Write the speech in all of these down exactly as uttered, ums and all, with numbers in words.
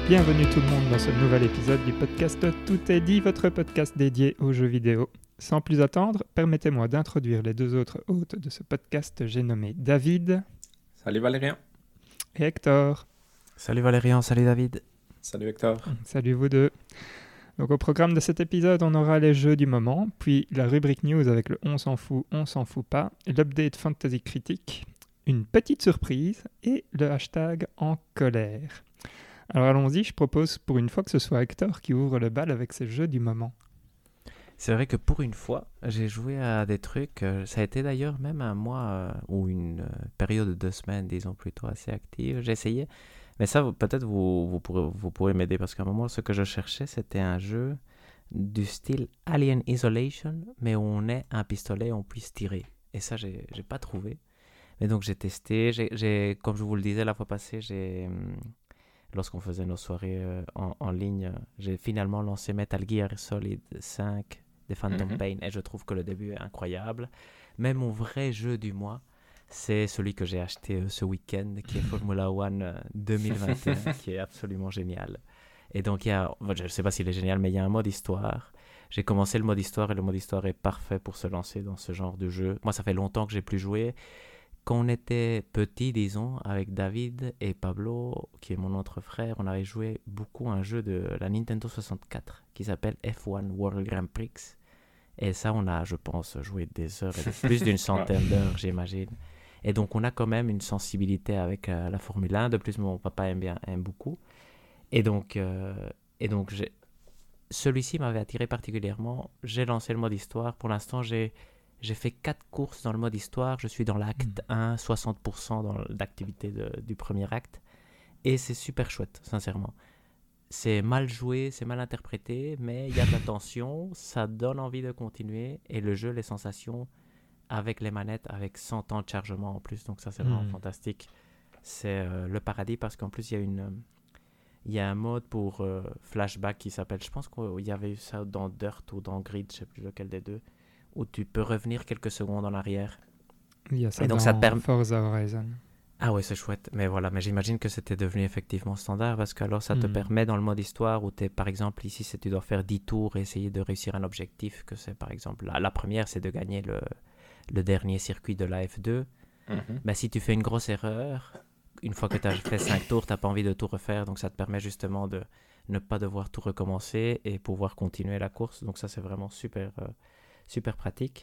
Bienvenue tout le monde dans ce nouvel épisode du podcast Tout est dit, votre podcast dédié aux jeux vidéo. Sans plus attendre, permettez-moi d'introduire les deux autres hôtes de ce podcast. J'ai nommé David. Salut Valérien. Et Hector. Salut Valérien, salut David. Salut Hector. Salut vous deux. Donc au programme de cet épisode, on aura les jeux du moment, puis la rubrique news avec le on s'en fout, on s'en fout pas, l'update fantasy critique, une petite surprise et le hashtag en colère. Alors allons-y, je propose pour une fois que ce soit Hector qui ouvre le bal avec ses jeux du moment. C'est vrai que pour une fois, j'ai joué à des trucs, euh, ça a été d'ailleurs même un mois euh, ou une euh, période de deux semaines, disons plutôt assez active, j'ai essayé. Mais ça, vous- peut-être vous, vous pourrez, vous pourrez m'aider parce qu'à un moment, ce que je cherchais, c'était un jeu du style Alien Isolation, mais où on est un pistolet et on puisse tirer. Et ça, j'ai, j'ai pas trouvé. Mais donc j'ai testé, j'ai, j'ai, comme je vous le disais la fois passée, j'ai, hum, lorsqu'on faisait nos soirées euh, en, en ligne, euh, j'ai finalement lancé Metal Gear Solid cinq de Phantom Mhm. Pain et je trouve que le début est incroyable. Mais mon vrai jeu du mois, c'est celui que j'ai acheté euh, ce week-end, qui est Formula One euh, deux mille vingt et un, qui est absolument génial. Et donc, il y a, bon, je ne sais pas s'il est génial, mais il y a un mode histoire. J'ai commencé le mode histoire et le mode histoire est parfait pour se lancer dans ce genre de jeu. Moi, ça fait longtemps que j'ai plus joué. Quand on était petits, disons, avec David et Pablo, qui est mon autre frère, on avait joué beaucoup à un jeu de la Nintendo soixante-quatre qui s'appelle F un World Grand Prix. Et ça, on a, je pense, joué des heures, et des- plus d'une centaine d'heures, j'imagine. Et donc, on a quand même une sensibilité avec euh, la Formule un. De plus, mon papa aime bien, aime beaucoup. Et donc, euh, et donc j'ai- celui-ci m'avait attiré particulièrement. J'ai lancé le mode histoire. Pour l'instant, j'ai, j'ai fait quatre courses dans le mode histoire. Je suis dans l'acte un, soixante pour cent dans l'activité de- du premier acte. Et c'est super chouette, sincèrement. C'est mal joué, c'est mal interprété, mais il y a de la tension, ça donne envie de continuer. Et le jeu, les sensations avec les manettes, avec cent ans de chargement en plus. Donc ça, c'est vraiment Mm. fantastique. C'est euh, le paradis parce qu'en plus, il y a une... euh, il y a un mode pour euh, flashback qui s'appelle, je pense qu'il y avait eu ça dans Dirt ou dans Grid, je sais plus lequel des deux, où tu peux revenir quelques secondes en arrière. Il y a ça Et donc, dans ça te permet- Forza Horizon. Ah ouais, c'est chouette. Mais voilà, mais j'imagine que c'était devenu effectivement standard parce que alors ça te Hmm. permet dans le mode histoire où tu es, par exemple, ici, c'est tu dois faire dix tours et essayer de réussir un objectif, que c'est par exemple, la, la première, c'est de gagner le, le dernier circuit de la F deux. Mhm. Bah, si tu fais une grosse erreur, une fois que tu as fait cinq tours, tu n'as pas envie de tout refaire. Donc, ça te permet justement de ne pas devoir tout recommencer et pouvoir continuer la course. Donc, ça, c'est vraiment super, euh, super pratique.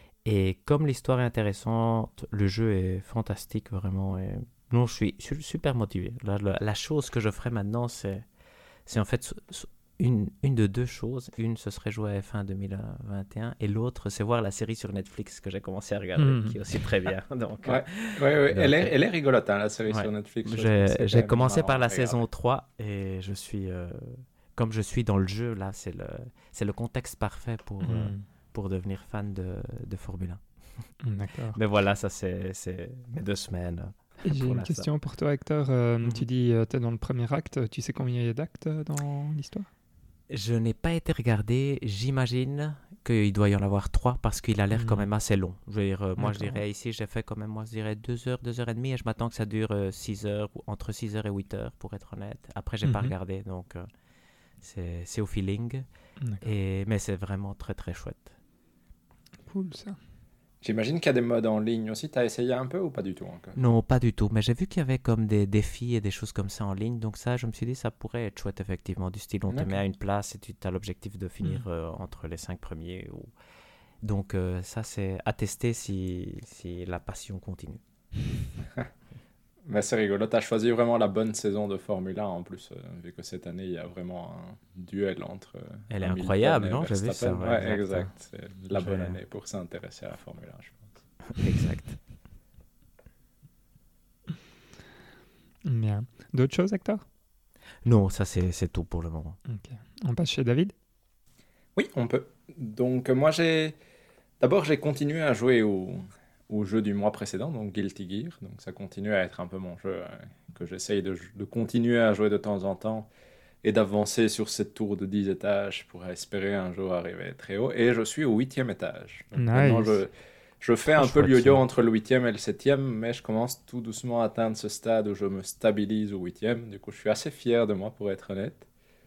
Et comme l'histoire est intéressante, le jeu est fantastique, vraiment. Et... Non, je suis, je suis super motivé. La, la, la chose que je ferai maintenant, c'est, c'est en fait so- so- une, une de deux choses. Une, ce serait jouer à F un deux mille vingt et un. Et l'autre, c'est voir la série sur Netflix que j'ai commencé à regarder, Mhm. qui est aussi très bien. Donc, Ouais, ouais, ouais. Donc, Elle, est, euh, elle est rigolote, hein, la série ouais. sur Netflix. je trouve J'ai, que c'est j'ai quand même commencé marrant par à la regarder. saison trois et je suis... euh, comme je suis dans le jeu, là, c'est le, c'est le contexte parfait pour, euh, Hmm. pour devenir fan de, de Formule un. D'accord. Mais voilà, ça, c'est, c'est mes deux semaines. Et j'ai pour une l'instant. question pour toi, Hector. Euh, Mhm. Tu dis tu es dans le premier acte. Tu sais combien il y a d'actes euh, dans l'histoire? Je n'ai pas été regardé. J'imagine qu'il doit y en avoir trois parce qu'il a l'air quand Mhm. même assez long. Je veux dire, euh, moi, je D'accord. dirais ici, j'ai fait quand même, moi, je dirais deux heures, deux heures et demie et je m'attends que ça dure euh, six heures, ou entre six heures et huit heures, pour être honnête. Après, j'ai pas Mhm. regardé, donc euh, c'est, c'est au feeling. D'accord. Et, mais c'est vraiment très, très chouette. Cool ça. J'imagine qu'il y a des modes en ligne aussi. T'as essayé un peu ou pas du tout encore? Non, pas du tout. Mais j'ai vu qu'il y avait comme des défis et des choses comme ça en ligne. Donc ça, je me suis dit, ça pourrait être chouette, effectivement. Du style, on te D'accord. met à une place et tu as l'objectif de finir Mhm. euh, entre les cinq premiers. Ou... Donc euh, ça, c'est à tester si, si la passion continue. Mais c'est rigolo. T'as choisi vraiment la bonne saison de Formule un en plus, euh, vu que cette année, il y a vraiment un duel entre euh, Elle est Hamilton incroyable, et non? J'ai vu Verstappen. ça, ouais, Ouais, exact. exact. C'est la J'ai- bonne année pour s'intéresser à la Formule un, je pense. Exact. Bien. D'autres choses, Hector? Non, ça, c'est, c'est tout pour le moment. Ok. On passe chez David. Oui, on peut. Donc, euh, moi, j'ai. D'abord, j'ai continué à jouer au, au jeu du mois précédent, donc Guilty Gear. Donc, ça continue à être un peu mon jeu euh, que j'essaye de, de continuer à jouer de temps en temps et d'avancer sur cette tour de dix étages pour espérer un jour arriver très haut. Et je suis au huitième étage. Donc, maintenant, Nice. je, Je fais un Je peu vois le yo-yo ça. entre le huitième et le septième, mais je commence tout doucement à atteindre ce stade où je me stabilise au huitième. Du coup, je suis assez fier de moi, pour être honnête.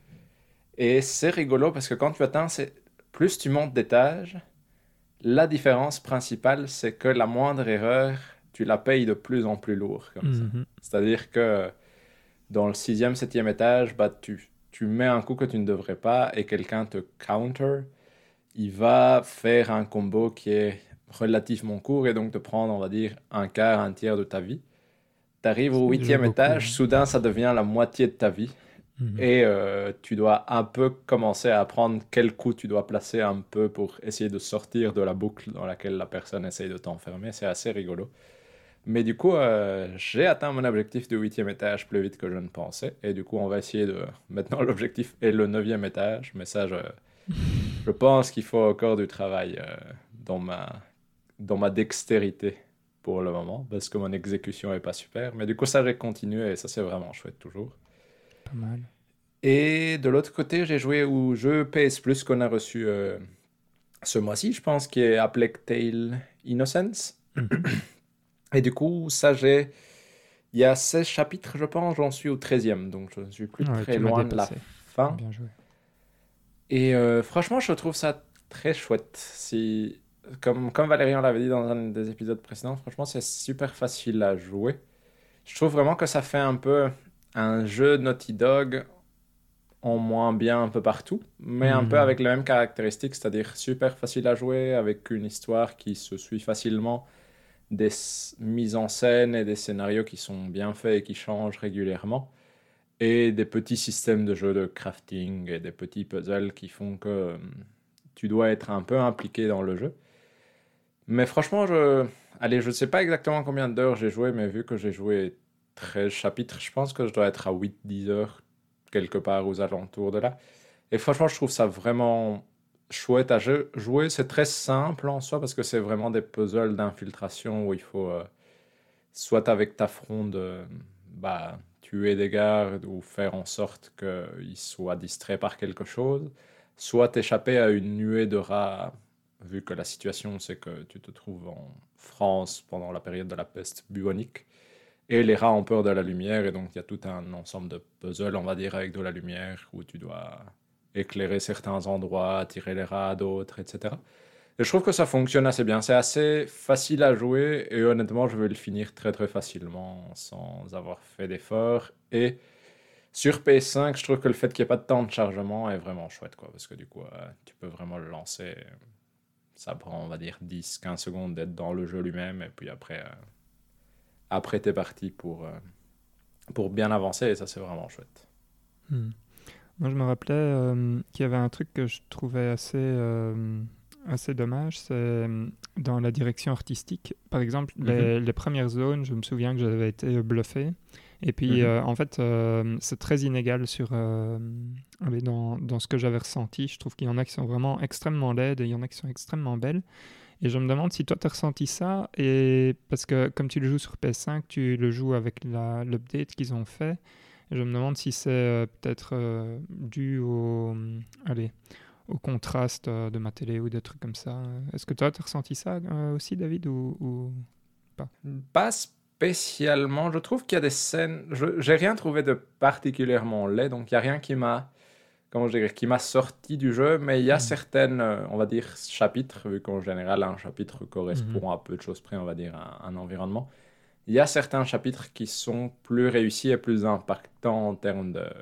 Et c'est rigolo parce que quand tu atteins, c'est... plus tu montes d'étage, la différence principale, c'est que la moindre erreur, tu la payes de plus en plus lourd comme ça. Mhm. C'est-à-dire que dans le sixième, septième étage, bah, tu, tu mets un coup que tu ne devrais pas et quelqu'un te counter. Il va faire un combo qui est relativement court et donc te prendre, on va dire, un quart, un tiers de ta vie. Tu arrives au C'est déjà huitième beaucoup, étage, hein. soudain ça devient la moitié de ta vie Mhm. et euh, tu dois un peu commencer à apprendre quel coup tu dois placer un peu pour essayer de sortir de la boucle dans laquelle la personne essaye de t'enfermer. C'est assez rigolo. Mais du coup, euh, j'ai atteint mon objectif de huitième étage plus vite que je ne pensais. Et du coup, on va essayer de... Maintenant, l'objectif est le neuvième étage. Mais ça, je, je pense qu'il faut encore du travail euh, dans ma, dans ma dextérité pour le moment. Parce que mon exécution est pas super. Mais du coup, ça, j'ai continué et ça, c'est vraiment chouette toujours. Pas mal. Et de l'autre côté, j'ai joué au jeu P S Plus qu'on a reçu euh, ce mois-ci, je pense, qui est A Plague Tale Innocence. Mhm. Et du coup, ça, j'ai... Il y a seize chapitres, je pense, j'en suis au treizième, donc je ne suis plus Ouais, très tu m'as loin de la dépassé. fin. Bien joué. Et euh, franchement, je trouve ça très chouette. Si... Comme, comme Valérian l'avait dit dans un des épisodes précédents, franchement, c'est super facile à jouer. Je trouve vraiment que ça fait un peu un jeu Naughty Dog en moins bien un peu partout, mais un peu Mhm. avec les mêmes caractéristiques, c'est-à-dire super facile à jouer, avec une histoire qui se suit facilement, des s- mises en scène et des scénarios qui sont bien faits et qui changent régulièrement, et des petits systèmes de jeu de crafting et des petits puzzles qui font que euh, tu dois être un peu impliqué dans le jeu. Mais franchement, je... Allez, je ne sais pas exactement combien d'heures j'ai joué, mais vu que j'ai joué treize chapitres, je pense que je dois être à huit dix heures, quelque part aux alentours de là. Et franchement, je trouve ça vraiment chouette à jeu- jouer. C'est très simple en soi parce que c'est vraiment des puzzles d'infiltration où il faut, euh, soit avec ta fronde, euh, bah, tuer des gardes ou faire en sorte qu'ils soient distraits par quelque chose, soit t'échapper à une nuée de rats, vu que la situation c'est que tu te trouves en France pendant la période de la peste bubonique. Et les rats ont peur de la lumière, et donc il y a tout un ensemble de puzzles, on va dire, avec de la lumière, où tu dois éclairer certains endroits, attirer les rats à d'autres, et cetera. Et je trouve que ça fonctionne assez bien. C'est assez facile à jouer, et honnêtement, je vais le finir très très facilement, sans avoir fait d'efforts. Et sur P S cinq, je trouve que le fait qu'il n'y ait pas de temps de chargement est vraiment chouette, quoi, parce que du coup, euh, tu peux vraiment le lancer. Ça prend, on va dire, dix quinze secondes d'être dans le jeu lui-même, et puis après, euh, après t'es parti pour... euh, pour bien avancer et ça c'est vraiment chouette. Hmm. Moi, je me rappelais euh, qu'il y avait un truc que je trouvais assez, euh, assez dommage, c'est euh, dans la direction artistique. Par exemple, Mhm, les, les premières zones, je me souviens que j'avais été bluffé. Et puis, mhm, euh, en fait, euh, c'est très inégal sur, euh, allez, dans, dans ce que j'avais ressenti. Je trouve qu'il y en a qui sont vraiment extrêmement laides et il y en a qui sont extrêmement belles. Et je me demande si toi, tu as ressenti ça. Et parce que comme tu le joues sur P S cinq, tu le joues avec la- l'update qu'ils ont fait. Je me demande si c'est euh, peut-être euh, dû au, euh, allez, au contraste euh, de ma télé ou des trucs comme ça. Est-ce que toi, tu as ressenti ça euh, aussi, David, ou, ou pas? pas spécialement. Je trouve qu'il y a des scènes. Je j'ai rien trouvé de particulièrement laid, donc il y a rien qui m'a comment je dirais qui m'a sorti du jeu, mais il y a Mm. certaines, euh, on va dire, chapitres, vu qu'en général un chapitre Mhm. correspond à peu de choses près, on va dire, à un environnement. Il y a certains chapitres qui sont plus réussis et plus impactants en termes de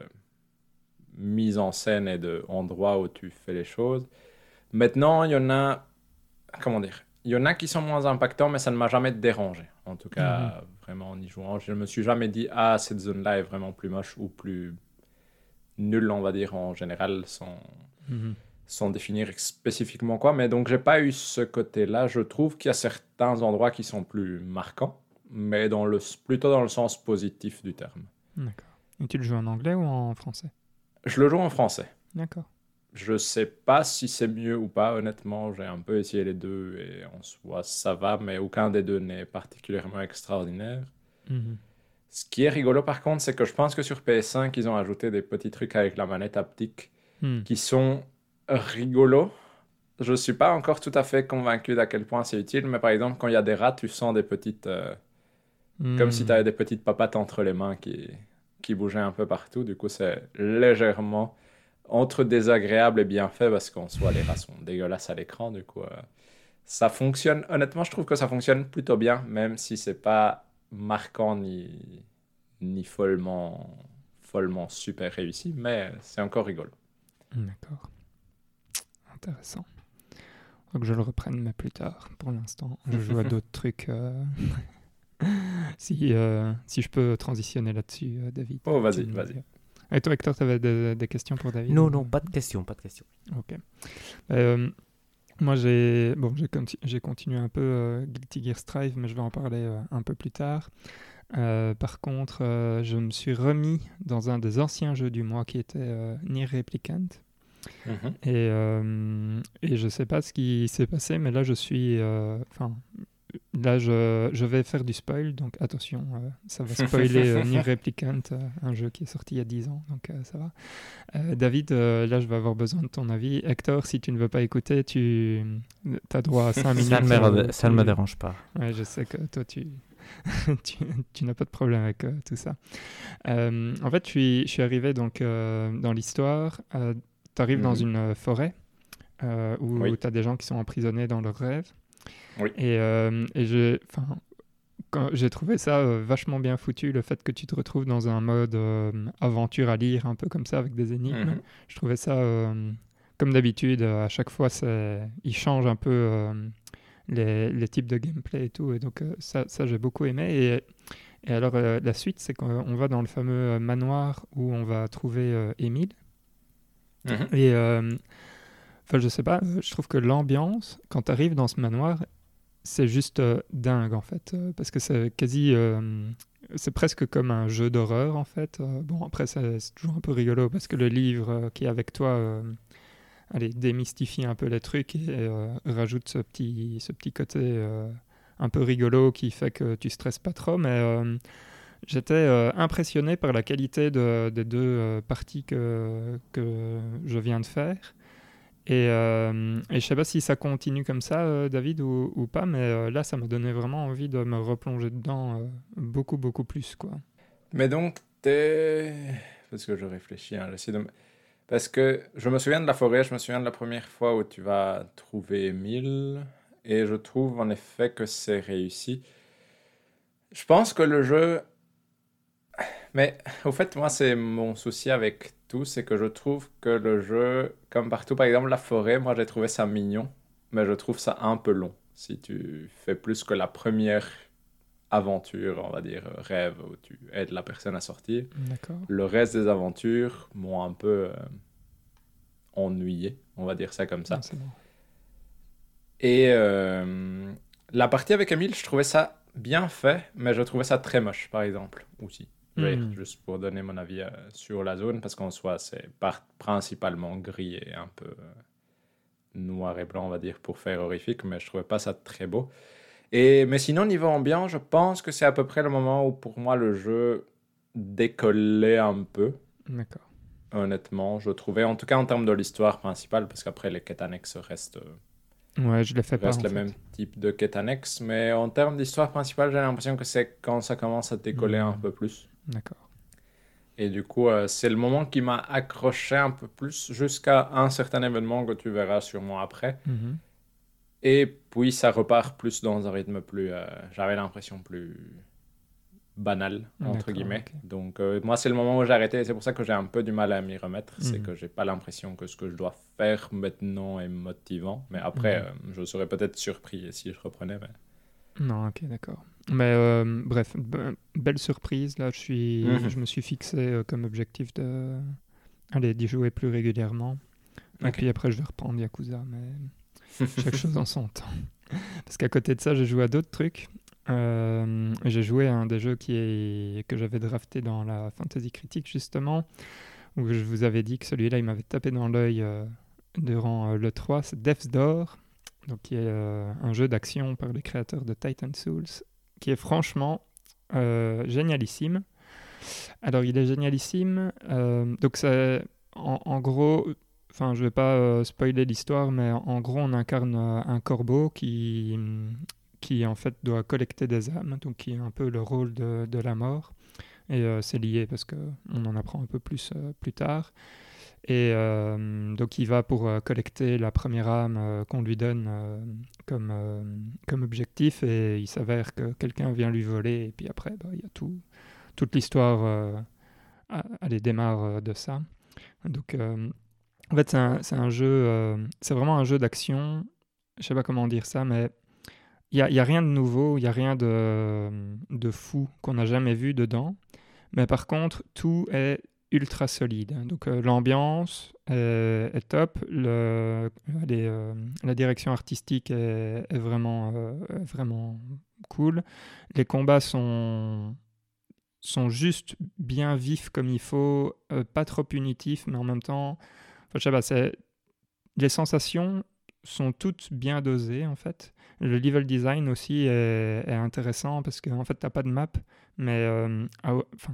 mise en scène et de endroit où tu fais les choses. Maintenant, il y en a comment dire, il y en a qui sont moins impactants, mais ça ne m'a jamais dérangé. En tout Mhm. cas, vraiment en y jouant, je ne me suis jamais dit, ah, cette zone-là est vraiment plus moche ou plus nulle, on va dire, en général, sans, Mhm. sans définir spécifiquement quoi. Mais donc, j'ai pas eu ce côté-là. Je trouve qu'il y a certains endroits qui sont plus marquants, mais dans le, plutôt dans le sens positif du terme. D'accord. Et tu le joues en anglais ou en français? Je le joue en français. D'accord. Je sais pas si c'est mieux ou pas, honnêtement. J'ai un peu essayé les deux et en soi, ça va, mais aucun des deux n'est particulièrement extraordinaire. Mhm. Ce qui est rigolo par contre, c'est que je pense que sur P S cinq, ils ont ajouté des petits trucs avec la manette haptique Mm. qui sont rigolos. je suis pas encore tout à fait convaincu d'à quel point c'est utile, mais par exemple, quand il y a des rats, tu sens des petites... euh, Hmm. comme si tu avais des petites papates entre les mains qui, qui bougeaient un peu partout. Du coup, c'est légèrement entre désagréable et bien fait, parce qu'en soi, les rats sont dégueulasses à l'écran. Du coup, euh, ça fonctionne. Honnêtement, je trouve que ça fonctionne plutôt bien, même si c'est pas marquant ni, ni follement, follement super réussi, mais c'est encore rigolo. D'accord. Intéressant. Faut que je le reprenne, mais plus tard. Pour l'instant, je joue à d'autres trucs. euh, si, euh, si je peux transitionner là-dessus, euh, David. Oh, vas-y, tu me vas-y. dis. Et toi, Hector, tu avais des, des questions pour David? Non, non, pas de question, pas de question. Ok. Euh, moi, j'ai bon, j'ai, conti- j'ai continué un peu euh, Guilty Gear Strive, mais je vais en parler euh, un peu plus tard. Euh, par contre, euh, je me suis remis dans un des anciens jeux du mois qui était euh, Nier Replicant. Mhm. Et, euh, et je sais pas ce qui s'est passé, mais là, je suis... Enfin, là, je, je vais faire du spoil, donc attention, euh, ça va spoiler euh, Nier Replicant, euh, un jeu qui est sorti il y a dix ans, donc euh, ça va. Euh, David, euh, là, je vais avoir besoin de ton avis. Hector, si tu ne veux pas écouter, tu as droit à cinq minutes. Ça ne me, euh, ça ne tu- me dérange pas. Ouais, je sais que toi, tu, tu, tu n'as pas de problème avec euh, tout ça. Euh, en fait, je suis, je suis arrivé donc, euh, dans l'histoire. Euh, tu arrives dans Mhm. une euh, forêt euh, où Oui. tu as des gens qui sont emprisonnés dans leurs rêves. Oui. Et, euh, et j'ai, enfin, quand- j'ai trouvé ça euh, vachement bien foutu, le fait que tu te retrouves dans un mode euh, aventure à lire, un peu comme ça, avec des énigmes. Mhm. Je trouvais ça, euh, comme d'habitude, euh, à chaque fois, c'est... ils changent un peu euh, les, les types de gameplay et tout. Et donc, euh, ça, ça j'ai beaucoup aimé. Et, et alors, euh, la suite, c'est qu'on va dans le fameux euh, manoir où on va trouver euh, Émile. Mhm. Et, euh, enfin, je sais pas, euh, je trouve que l'ambiance, quand tu arrives dans ce manoir, c'est juste euh, dingue, en fait. euh, parce que c'est quasi... euh, c'est presque comme un jeu d'horreur, en fait. Euh, bon, après, c'est, c'est toujours un peu rigolo parce que le livre euh, qui est avec toi... euh, allez, démystifie un peu les trucs et euh, rajoute ce petit, ce petit côté euh, un peu rigolo qui fait que tu stresses pas trop. Mais euh, j'étais euh, impressionné par la qualité de, des deux euh, parties que, que je viens de faire. Et, euh, et je sais pas si ça continue comme ça, euh, David, ou, ou pas, mais euh, là, ça m'a donné vraiment envie de me replonger dedans euh, beaucoup, beaucoup plus, quoi. Mais donc, t'es... Parce que je réfléchis, hein, j'essaie de... me- Parce que je me souviens de la forêt, je me souviens de la première fois où tu vas trouver Emile, et je trouve en effet que c'est réussi. Je pense que le jeu... Mais au fait, moi, c'est mon souci avec tout, c'est que je trouve que le jeu, comme partout, par exemple, la forêt, moi, j'ai trouvé ça mignon, mais je trouve ça un peu long. Si tu fais plus que la première aventure, on va dire, euh, rêve, où tu aides la personne à sortir, D'accord. le reste des aventures m'ont un peu euh, ennuyé, on va dire ça comme ça. Non, c'est bon. Et euh, la partie avec Emile, je trouvais ça bien fait, mais je trouvais ça très moche, par exemple, aussi. Je vais- Hmm. Juste pour donner mon avis euh, sur la zone, parce qu'en soi, c'est par- principalement gris et un peu euh, noir et blanc, on va dire, pour faire horrifique, mais je trouvais pas ça très beau. Et, mais sinon, niveau ambiance, je pense que c'est à peu près le moment où, pour moi, le jeu décollait un peu. D'accord. Honnêtement, je trouvais, en tout cas en termes de l'histoire principale, parce qu'après les quêtes annexes restent, euh, Ouais, je l'ai fait pas, restent en les fait. mêmes types de quêtes annexes, mais en termes d'histoire principale, j'ai l'impression que c'est quand ça commence à décoller Hmm. un peu plus. D'accord. Et du coup, euh, c'est le moment qui m'a accroché un peu plus jusqu'à un certain événement que tu verras sûrement après. Mhm. Et puis ça repart plus dans un rythme plus, euh, j'avais l'impression plus banal, entre D'accord, guillemets. ok. Donc euh, moi, c'est le moment où j'ai arrêté et c'est pour ça que j'ai un peu du mal à m'y remettre. C'est Mhm. que j'ai pas l'impression que ce que je dois faire maintenant est motivant. Mais après, Mhm. euh, je serais peut-être surpris si je reprenais. Mais... Non, ok, d'accord. Mais euh, bref, be- belle surprise. Là, je, suis, Mhm. je me suis fixé euh, comme objectif de, allez, d'y jouer plus régulièrement. Et Ok. puis après, je vais reprendre Yakuza, mais chaque chose en son temps. Parce qu'à côté de ça, j'ai joué à d'autres trucs. Euh, j'ai joué à un des jeux qui est, que j'avais drafté dans la Fantasy Critique, justement, où je vous avais dit que celui-là, il m'avait tapé dans l'œil euh, durant euh, l'E trois. C'est Death's Door, donc qui est euh, un jeu d'action par les créateurs de Titan Souls, qui est franchement euh, génialissime. Alors, il est génialissime. euh, donc, c'est, en, en gros, enfin, je vais pas euh, spoiler l'histoire, mais en, en gros, on incarne euh, un corbeau qui, qui en fait doit collecter des âmes, donc qui est un peu le rôle de, de la mort. Et euh, c'est lié parce que on en apprend un peu plus euh, plus tard. Et euh, donc il va pour euh, collecter la première âme euh, qu'on lui donne euh, comme, euh, comme objectif, et il s'avère que quelqu'un vient lui voler, et puis après bah, il y a tout, toute l'histoire euh, elle démarre euh, de ça. Donc euh, en fait c'est un, c'est un jeu, euh, c'est vraiment un jeu d'action, je sais pas comment dire ça, mais il n'y a, y a rien de nouveau, il n'y a rien de, de fou qu'on n'a jamais vu dedans, mais par contre tout est ultra solide. Donc euh, l'ambiance est, est top, le, les, euh, la direction artistique est, est vraiment, euh, vraiment cool. Les combats sont, sont juste bien vifs comme il faut, euh, pas trop punitifs, mais en même temps, enfin, je sais pas, c'est, les sensations sont toutes bien dosées en fait. Le level design aussi est, est intéressant parce qu'en fait t'as pas de map, mais euh, ah, enfin,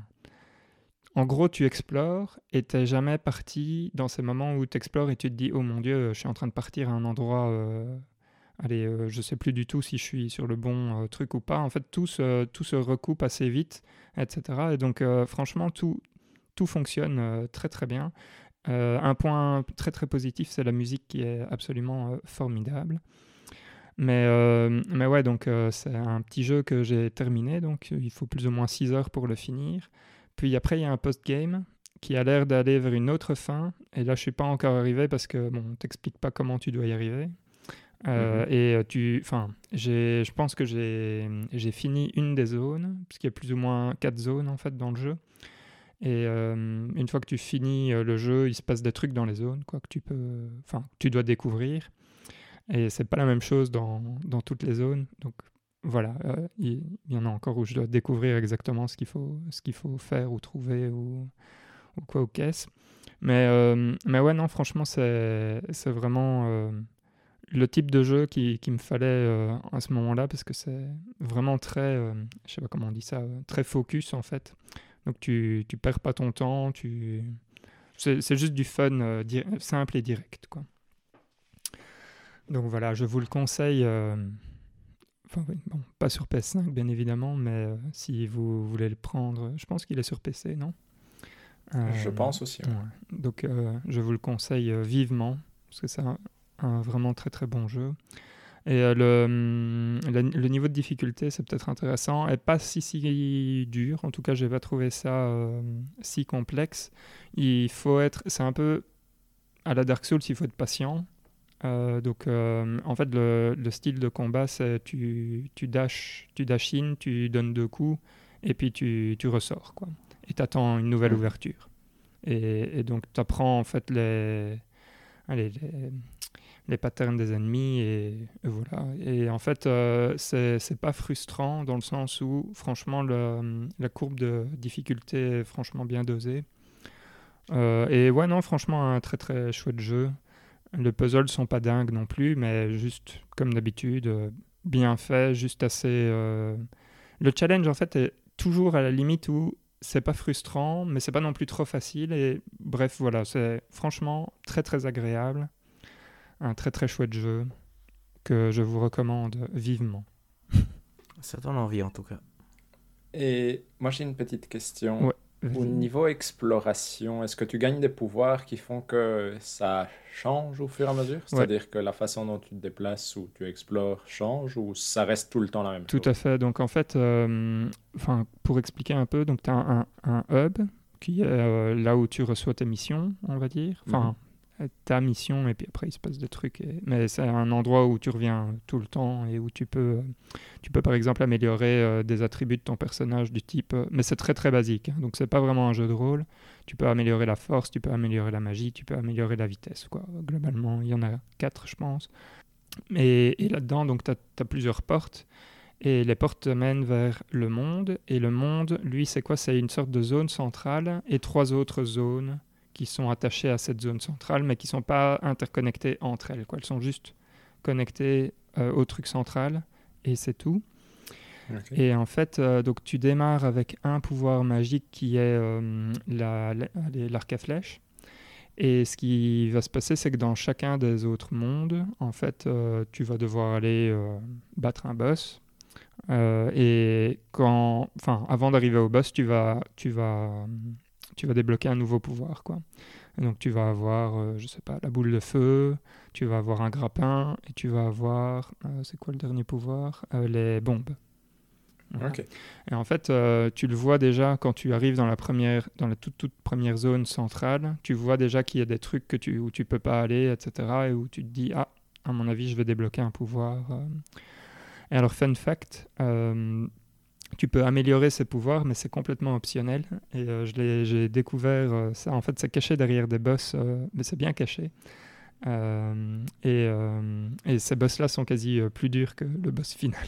en gros, tu explores et tu n'es jamais parti dans ces moments où tu explores et tu te dis « Oh mon Dieu, je suis en train de partir à un endroit, euh, allez, euh, je ne sais plus du tout si je suis sur le bon euh, truc ou pas. » En fait, tout se, tout se recoupe assez vite, et cetera. Et donc, euh, franchement, tout, tout fonctionne euh, très très bien. Euh, un point très très positif, c'est la musique qui est absolument euh, formidable. Mais, euh, mais ouais, donc euh, c'est un petit jeu que j'ai terminé, donc il faut plus ou moins six heures pour le finir. Puis après, il y a un post-game qui a l'air d'aller vers une autre fin. Et là, je ne suis pas encore arrivé parce que, bon, on ne t'explique pas comment tu dois y arriver. Euh, mm-hmm. Et tu, enfin, j'ai, je pense que j'ai, j'ai fini une des zones, parce qu'il y a plus ou moins quatre zones, en fait, dans le jeu. Et euh, une fois que tu finis le jeu, il se passe des trucs dans les zones, quoi, que tu peux, enfin, tu dois découvrir. Et c'est pas la même chose dans, dans toutes les zones. Donc, voilà, euh, il, il y en a encore où je dois découvrir exactement ce qu'il faut, ce qu'il faut faire ou trouver ou, ou quoi aux caisses. Mais, euh, mais ouais, non, franchement, c'est, c'est vraiment euh, le type de jeu qui, qui me fallait euh, à ce moment-là, parce que c'est vraiment très, euh, je sais pas comment on dit ça, euh, très focus en fait. Donc tu, tu perds pas ton temps, tu... c'est, c'est juste du fun euh, di- simple et direct, quoi. Donc voilà, je vous le conseille... Euh, Enfin, oui, bon, pas sur P S cinq, bien évidemment, mais euh, si vous voulez le prendre, je pense qu'il est sur P C, non euh, Je pense aussi. Ouais. Ouais. Donc, euh, je vous le conseille euh, vivement, parce que c'est un, un vraiment très très bon jeu. Et euh, le, le, le niveau de difficulté, c'est peut-être intéressant, et pas si, si dur. En tout cas, je n'ai pas trouvé ça euh, si complexe. Il faut être, c'est un peu à la Dark Souls, il faut être patient. Euh, donc euh, en fait le, le style de combat c'est tu, tu dash tu dash in, tu donnes deux coups et puis tu, tu ressors quoi, et t'attends une nouvelle mmh. ouverture, et, et donc t'apprends en fait les, allez, les, les patterns des ennemis, et, et voilà, et en fait euh, c'est, c'est pas frustrant dans le sens où franchement le, la courbe de difficulté est franchement bien dosée, euh, et ouais non franchement un très très chouette jeu. Les puzzles sont pas dingues non plus, mais juste comme d'habitude, euh, bien fait, juste assez... Euh... Le challenge, en fait, est toujours à la limite où c'est pas frustrant, mais c'est pas non plus trop facile. Et bref, voilà, c'est franchement très très agréable. Un très très chouette jeu que je vous recommande vivement. Ça donne envie en tout cas. Et moi j'ai une petite question. Ouais. Au niveau exploration, est-ce que tu gagnes des pouvoirs qui font que ça change au fur et à mesure ? C'est-à-dire ouais. que la façon dont tu te déplaces ou tu explores change, ou ça reste tout le temps la même tout chose ? Tout à fait. Donc en fait, euh, pour expliquer un peu, tu as un, un hub qui est euh, là où tu reçois tes missions, on va dire. Enfin, mm-hmm. ta mission, et puis après il se passe des trucs. Et... Mais c'est un endroit où tu reviens tout le temps et où tu peux, tu peux par exemple améliorer euh, des attributs de ton personnage du type... Euh, mais c'est très très basique, hein, donc c'est pas vraiment un jeu de rôle. Tu peux améliorer la force, tu peux améliorer la magie, tu peux améliorer la vitesse, quoi. Globalement, il y en a quatre, je pense. Et, et là-dedans, donc tu as plusieurs portes. Et les portes te mènent vers le monde. Et le monde, lui, c'est quoi ? C'est une sorte de zone centrale et trois autres zones qui sont attachées à cette zone centrale, mais qui ne sont pas interconnectées entre elles, quoi. Elles sont juste connectées euh, au truc central, et c'est tout. Okay. Et en fait, euh, donc, tu démarres avec un pouvoir magique qui est euh, la, la, l'arc à flèche. Et ce qui va se passer, c'est que dans chacun des autres mondes, en fait, euh, tu vas devoir aller euh, battre un boss. Euh, et quand, enfin, avant d'arriver au boss, tu vas, tu vas, tu vas débloquer un nouveau pouvoir, quoi. Et donc tu vas avoir, euh, je sais pas, la boule de feu, tu vas avoir un grappin et tu vas avoir, euh, c'est quoi le dernier pouvoir? Euh, Les bombes. Voilà. Ok. Et en fait, euh, tu le vois déjà quand tu arrives dans la première, dans la toute, toute première zone centrale, tu vois déjà qu'il y a des trucs que tu, où tu peux pas aller, et cetera. Et où tu te dis, ah, à mon avis, je vais débloquer un pouvoir. euh. Et alors, fun fact, euh, tu peux améliorer ces pouvoirs, mais c'est complètement optionnel. Et euh, je l'ai, j'ai découvert euh, ça. En fait, c'est caché derrière des boss, euh, mais c'est bien caché. Euh, et, euh, et ces boss-là sont quasi euh, plus durs que le boss final.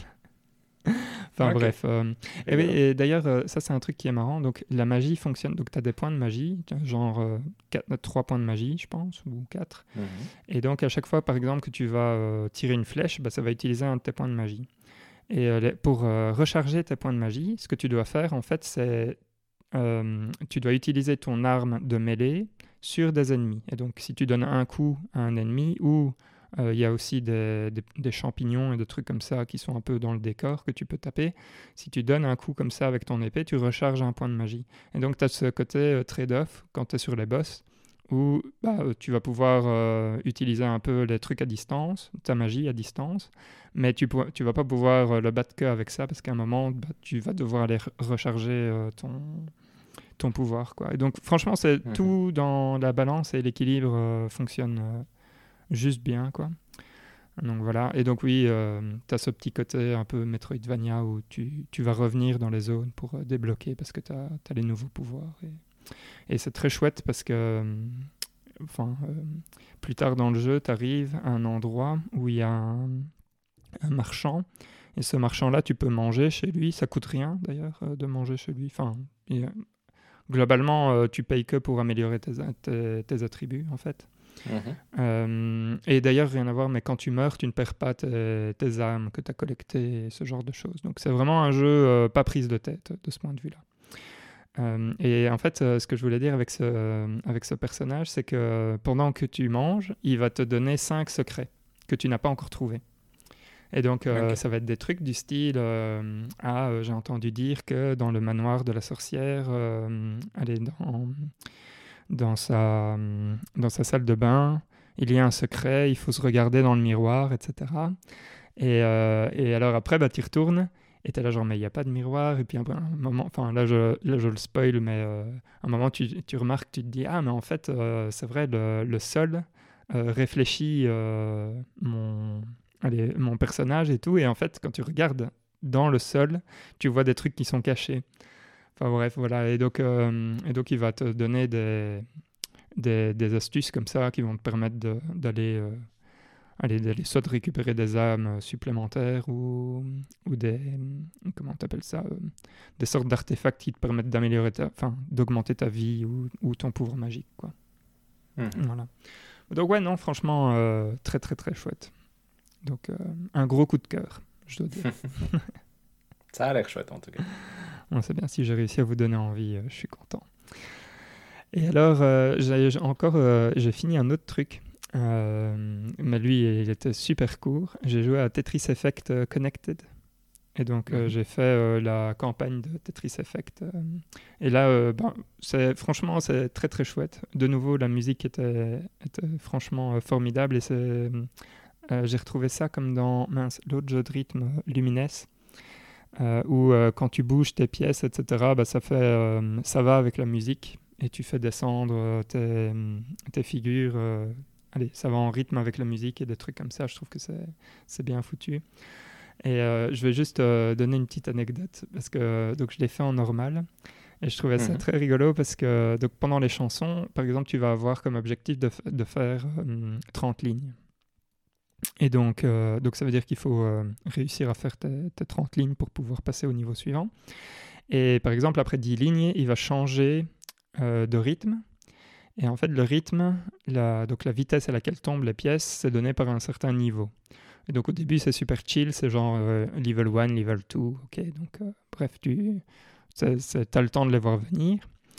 Enfin Ok. bref. euh, et, oui, Rigolo. et d'ailleurs, euh, ça c'est un truc qui est marrant. Donc la magie fonctionne. Donc tu as des points de magie, genre euh, trois points de magie, je pense, ou quatre. Mhm. Et donc à chaque fois, par exemple, que tu vas euh, tirer une flèche, bah, ça va utiliser un de tes points de magie. Et euh, les- pour euh, recharger tes points de magie, ce que tu dois faire, en fait, c'est euh, tu dois utiliser ton arme de mêlée sur des ennemis. Et donc, si tu donnes un coup à un ennemi, ou euh, il y a aussi des, des- des champignons et des trucs comme ça qui sont un peu dans le décor que tu peux taper, si tu donnes un coup comme ça avec ton épée, tu recharges un point de magie. Et donc, tu as ce côté euh, trade-off quand tu es sur les boss, où bah, euh, tu vas pouvoir euh, utiliser un peu les trucs à distance, ta magie à distance, mais tu ne tu vas pas pouvoir euh, le battre que avec ça, parce qu'à un moment, bah, tu vas devoir aller re- recharger euh, ton, ton pouvoir, quoi. Et donc, franchement, c'est Mhm. tout dans la balance et l'équilibre euh, fonctionne euh, juste bien, quoi. Donc voilà. Et donc oui, tu as ce petit côté un peu Metroidvania où tu, tu vas revenir dans les zones pour euh, débloquer parce que tu as les nouveaux pouvoirs. Et, et c'est très chouette parce que euh, enfin, euh, plus tard dans le jeu, tu arrives à un endroit où il y a un, un marchand. Et ce marchand-là, tu peux manger chez lui. Ça coûte rien d'ailleurs euh, de manger chez lui. Enfin, et, euh, globalement, euh, tu payes que pour améliorer tes, tes, tes attributs en fait. Mhm. Euh, et d'ailleurs, rien à voir, mais quand tu meurs, tu ne perds pas tes, tes âmes que tu as collectées, ce genre de choses. Donc c'est vraiment un jeu euh, pas prise de tête de ce point de vue-là. Euh, et en fait, euh, ce que je voulais dire avec ce, euh, avec ce personnage, c'est que pendant que tu manges, il va te donner cinq secrets que tu n'as pas encore trouvés. Et donc, euh, Ok. ça va être des trucs du style euh, Ah, euh, j'ai entendu dire que dans le manoir de la sorcière, euh, elle est dans, dans, sa, dans sa salle de bain, il y a un secret, il faut se regarder dans le miroir, et cetera. Et, euh, et alors après, bah, tu y retournes et tu es là, genre, mais il n'y a pas de miroir. Et puis après, un moment, enfin là je, là, je le spoil, mais euh, un moment, tu, tu remarques, tu te dis, ah, mais en fait, euh, c'est vrai, le, le sol euh, réfléchit euh, mon, allez, mon personnage et tout. Et en fait, quand tu regardes dans le sol, tu vois des trucs qui sont cachés. Enfin bref, voilà. Et donc, euh, et donc il va te donner des, des, des astuces comme ça qui vont te permettre de, d'aller, euh, aller, d'aller soit de récupérer des âmes supplémentaires ou, ou des, comment t'appelles ça, euh, des sortes d'artefacts qui te permettent d'améliorer ta, enfin, d'augmenter ta vie ou, ou ton pouvoir magique, quoi. Mhm. Voilà. Donc ouais, non, franchement, euh, très très très chouette. Donc euh, un gros coup de cœur, je dois dire. Ça a l'air chouette en tout cas. On sait bien, si j'ai réussi à vous donner envie, euh, je suis content. Et alors, euh, j'ai j'ai encore, euh, j'ai fini un autre truc, euh, mais lui, il était super court. J'ai joué à Tetris Effect euh, Connected. Et donc, euh, Mhm. j'ai fait euh, la campagne de Tetris Effect. euh, et là, euh, ben, c'est, franchement, c'est très très chouette. De nouveau, la musique était, était franchement euh, formidable. Et c'est, euh, j'ai retrouvé ça comme dans mince, l'autre jeu de rythme, euh, Lumines. Euh, où euh, quand tu bouges tes pièces, et cetera, bah, ça, fait, euh, ça va avec la musique et tu fais descendre euh, tes, tes figures. Euh, allez, ça va en rythme avec la musique et des trucs comme ça. Je trouve que c'est, c'est bien foutu. Et euh, je vais juste euh, donner une petite anecdote parce que donc, je l'ai fait en normal et je trouvais ça Mhm. très rigolo parce que donc, pendant les chansons, par exemple, tu vas avoir comme objectif de, f- de faire euh, trente lignes. Et donc, euh, donc ça veut dire qu'il faut euh, réussir à faire tes, tes trente lignes pour pouvoir passer au niveau suivant. Et par exemple, après dix lignes, il va changer euh, de rythme. Et en fait, le rythme, la, donc la vitesse à laquelle tombent les pièces, c'est donné par un certain niveau. Et donc au début, c'est super chill, c'est genre euh, level un, level deux, ok. Donc euh, bref, tu as le temps de les voir venir.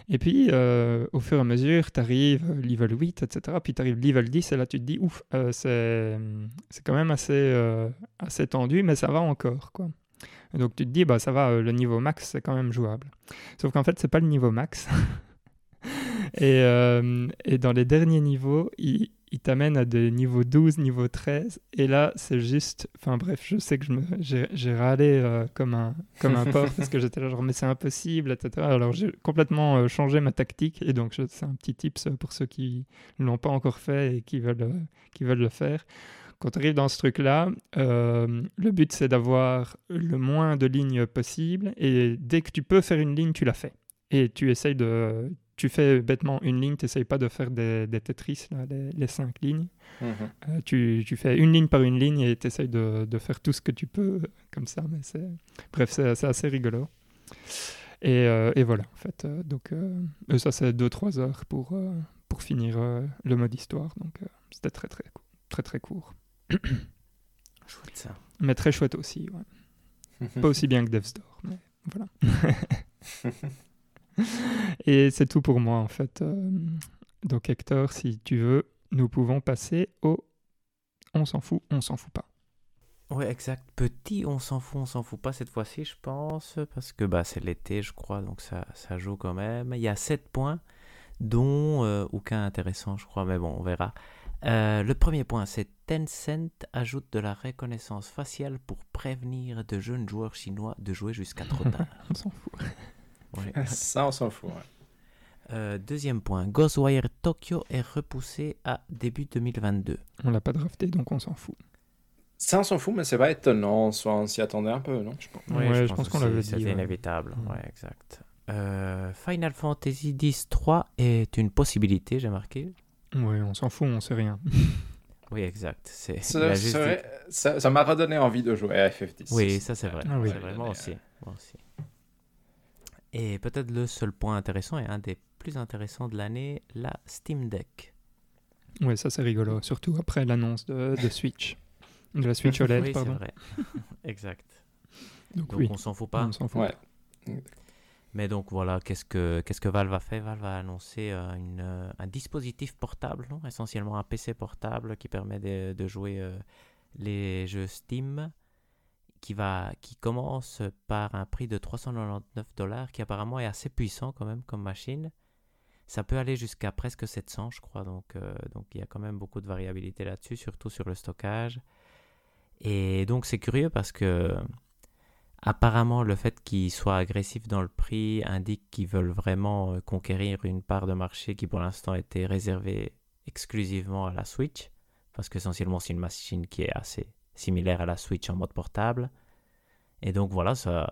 Et puis, euh, au fur et à mesure, tu arrives level huit, et cetera. Puis tu arrives level dix, et là, tu te dis, ouf, euh, c'est, c'est quand même assez, euh, assez tendu, mais ça va encore, quoi. Et donc, tu te dis, bah, ça va, euh, le niveau max, c'est quand même jouable. Sauf qu'en fait, c'est pas le niveau max. et, euh, et dans les derniers niveaux, il, il t'amène à des niveaux douze, niveau treize. Et là, c'est juste... Enfin bref, je sais que je me, j'ai, j'ai râlé euh, comme, un, comme un porc parce que j'étais là genre, mais c'est impossible, et cetera. Alors, j'ai complètement euh, changé ma tactique. Et donc, je, c'est un petit tips pour ceux qui ne l'ont pas encore fait et qui veulent, euh, qui veulent le faire. Quand tu arrives dans ce truc-là, euh, le but, c'est d'avoir le moins de lignes possible. Et dès que tu peux faire une ligne, tu la fais. Et tu essayes de... Tu fais bêtement une ligne, tu n'essayes pas de faire des, des Tetris, là, les, les cinq lignes. Mm-hmm. Euh, tu, tu fais une ligne par une ligne et tu essayes de, de faire tout ce que tu peux, comme ça. Mais c'est... Bref, c'est, c'est assez rigolo. Et, euh, et voilà, en fait. Euh, donc, euh, ça, c'est deux trois heures pour, euh, pour finir euh, le mode histoire. Donc, euh, c'était très, très, très, très court. Chouette, ça. Mais très chouette aussi, ouais. Pas aussi bien que Death's Door, mais voilà. Et c'est tout pour moi, en fait. Euh, donc, Hector, si tu veux, nous pouvons passer au on s'en fout, on s'en fout pas. Ouais, exact. Petit, on s'en fout, on s'en fout pas cette fois-ci, je pense, parce que bah, c'est l'été, je crois, donc ça, ça joue quand même. Il y a sept points, dont euh, aucun intéressant, je crois, mais bon, on verra. Euh, le premier point, c'est Tencent ajoute de la reconnaissance faciale pour prévenir de jeunes joueurs chinois de jouer jusqu'à trop tard. On s'en fout. Ouais. Ça, on s'en fout. Ouais. Euh, deuxième point, Ghostwire Tokyo est repoussé à début deux mille vingt-deux. On l'a pas drafté, donc on s'en fout. Ça, on s'en fout, mais c'est pas étonnant. Soit on s'y attendait un peu, non? Je pense, ouais, je, je pense, pense qu'on l'avait dit. C'était ouais. inévitable. Mmh. Ouais, exact. Euh, Final Fantasy X trois est une possibilité, j'ai marqué. Oui, on s'en fout, on sait rien. Oui, exact. C'est, ça, juste dit... ça, ça m'a redonné envie de jouer à F F dix. Oui, ça c'est vrai. Ah, oui. C'est vrai, moi aussi. moi aussi. Et peut-être le seul point intéressant et un des plus intéressants de l'année, la Steam Deck. Oui, ça c'est rigolo, surtout après l'annonce de, de Switch. De la Switch O L E D, oui, pardon. C'est vrai. Exact. Donc, donc oui. on s'en fout pas. On s'en fout. Ouais. Mais donc voilà, qu'est-ce que, qu'est-ce que Valve a fait? Valve a annoncé euh, une, euh, un dispositif portable, non essentiellement un P C portable qui permet de, de jouer euh, les jeux Steam, qui, va, qui commence par un prix de trois cent quatre-vingt-dix-neuf dollars, qui apparemment est assez puissant quand même comme machine. Ça peut aller jusqu'à presque sept cents, je crois, donc euh, donc il y a quand même beaucoup de variabilité là-dessus, surtout sur le stockage. Et donc c'est curieux parce que apparemment le fait qu'ils soient agressifs dans le prix indique qu'ils veulent vraiment conquérir une part de marché qui pour l'instant était réservée exclusivement à la Switch, parce qu'essentiellement c'est une machine qui est assez similaire à la Switch en mode portable. Et donc voilà, ça,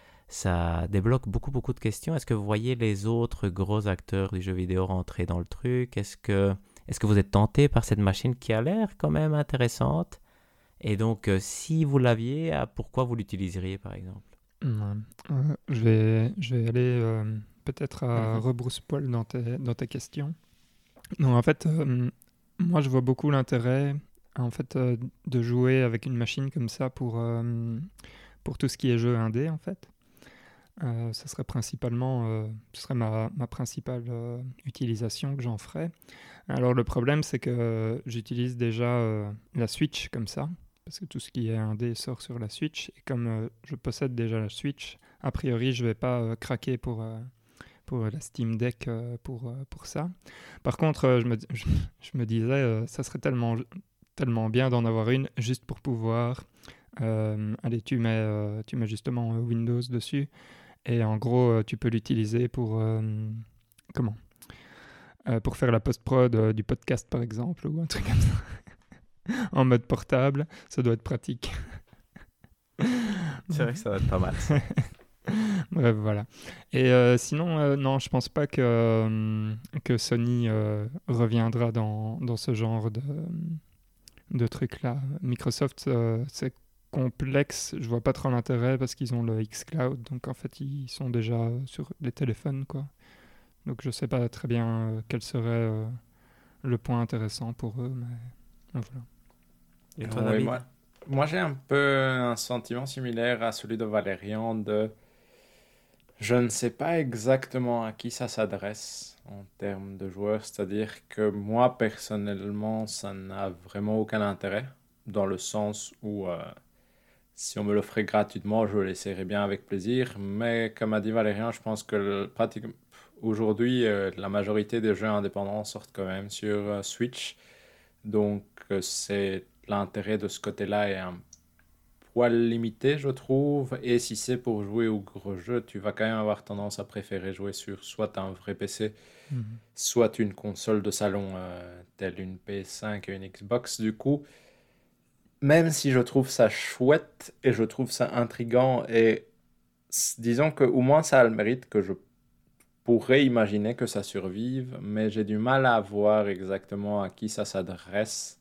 ça débloque beaucoup beaucoup de questions. Est-ce que vous voyez les autres gros acteurs du jeu vidéo rentrer dans le truc? Est-ce que, est-ce que vous êtes tenté par cette machine qui a l'air quand même intéressante? Et donc, euh, si vous l'aviez, euh, pourquoi vous l'utiliseriez, par exemple? Ouais. Euh, je, vais, je vais aller euh, peut-être à Mm-hmm. rebrousse-poil dans tes, dans tes questions. Non, en fait, euh, moi, je vois beaucoup l'intérêt en fait, euh, de jouer avec une machine comme ça pour, euh, pour tout ce qui est jeu indé, en fait. Euh, ça serait principalement, euh, ce serait ma, ma principale euh, utilisation que j'en ferais. Alors, le problème, c'est que euh, j'utilise déjà euh, la Switch comme ça, parce que tout ce qui est indé sort sur la Switch, et comme euh, je possède déjà la Switch, a priori je ne vais pas euh, craquer pour, euh, pour la Steam Deck euh, pour, euh, pour ça. Par contre, euh, je, me, je, je me disais, euh, ça serait tellement, tellement bien d'en avoir une, juste pour pouvoir, euh, allez, tu mets, euh, tu mets justement euh, Windows dessus, et en gros, euh, tu peux l'utiliser pour, euh, comment euh, pour faire la post-prod euh, du podcast, par exemple, ou un truc comme ça. En mode portable, ça doit être pratique. C'est vrai que ça va être pas mal. Bref, voilà. Et euh, sinon, euh, non, je pense pas que, euh, que Sony euh, reviendra dans, dans ce genre de, de trucs-là. Microsoft, euh, c'est complexe. Je vois pas trop l'intérêt parce qu'ils ont le xCloud. Donc, en fait, ils sont déjà sur les téléphones, quoi. Donc, je sais pas très bien euh, quel serait euh, le point intéressant pour eux, mais voilà. Et toi, Oui, David? moi, moi, j'ai un peu un sentiment similaire à celui de Valérian de... Je ne sais pas exactement à qui ça s'adresse en termes de joueurs, c'est-à-dire que moi personnellement, ça n'a vraiment aucun intérêt, dans le sens où euh, si on me l'offrait gratuitement, je l'essayerais bien avec plaisir, mais comme a dit Valérien, je pense que le- pratiquement aujourd'hui, euh, la majorité des jeux indépendants sortent quand même sur euh, Switch, donc euh, c'est l'intérêt de ce côté-là est un poil limité, je trouve. Et si c'est pour jouer au gros jeu, tu vas quand même avoir tendance à préférer jouer sur soit un vrai P C, Mhm. soit une console de salon, euh, telle une P S cinq et une Xbox. Du coup, même si je trouve ça chouette et je trouve ça intriguant, et s- disons que au moins ça a le mérite que je pourrais imaginer que ça survive, mais j'ai du mal à voir exactement à qui ça s'adresse.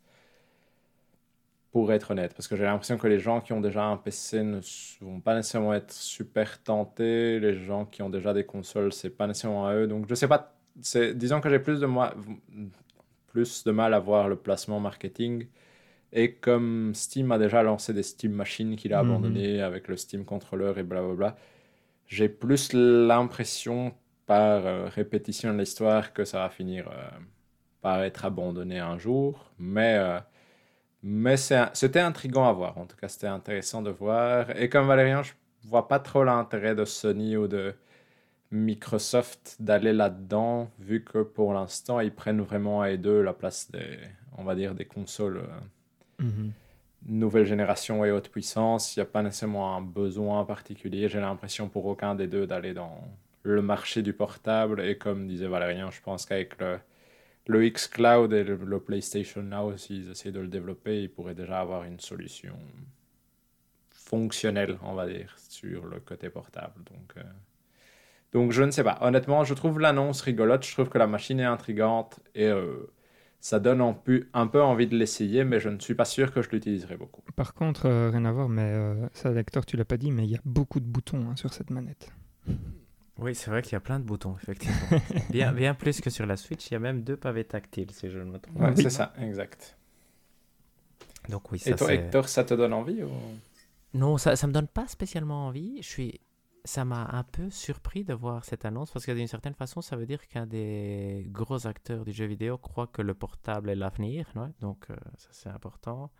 Pour être honnête, parce que j'ai l'impression que les gens qui ont déjà un P C ne s- vont pas nécessairement être super tentés. Les gens qui ont déjà des consoles, c'est pas nécessairement à eux. Donc je sais pas. C'est, disons que j'ai plus de moi, plus de mal à voir le placement marketing. Et comme Steam a déjà lancé des Steam Machines qu'il a Mhm. abandonné avec le Steam Controller et blablabla, j'ai plus l'impression par euh, répétition de l'histoire que ça va finir euh, par être abandonné un jour. Mais euh, mais c'est un- c'était intriguant à voir. En tout cas, c'était intéressant de voir. Et comme Valérian, je vois pas trop l'intérêt de Sony ou de Microsoft d'aller là-dedans, vu que pour l'instant, ils prennent vraiment à eux deux la place des, on va dire, des consoles euh, Mhm. nouvelle génération et haute puissance. Il n'y a pas nécessairement un besoin particulier, j'ai l'impression, pour aucun des deux d'aller dans le marché du portable. Et comme disait Valérian, je pense qu'avec le le xCloud et le, le PlayStation Now, s'ils essaient de le développer, ils pourraient déjà avoir une solution fonctionnelle, on va dire, sur le côté portable. Donc, euh, donc je ne sais pas. Honnêtement, je trouve l'annonce rigolote, je trouve que la machine est intrigante et euh, ça donne un peu, un peu envie de l'essayer, mais je ne suis pas sûr que je l'utiliserai beaucoup. Par contre, euh, rien à voir, mais euh, ça, Lecteur, tu l'as pas dit, mais il y a beaucoup de boutons hein, sur cette manette. Oui, c'est vrai qu'il y a plein de boutons, effectivement. Bien, bien plus que sur la Switch, il y a même deux pavés tactiles, si je ne me trompe Ouais, Oui. c'est ça, exact. Donc oui, Et ça toi, c'est... Hector, ça te donne envie ou... Non, ça ça me donne pas spécialement envie. Je suis... Ça m'a un peu surpris de voir cette annonce parce que d'une certaine façon, ça veut dire qu'un des gros acteurs du jeu vidéo croit que le portable est l'avenir. Ouais. Donc euh, ça c'est important.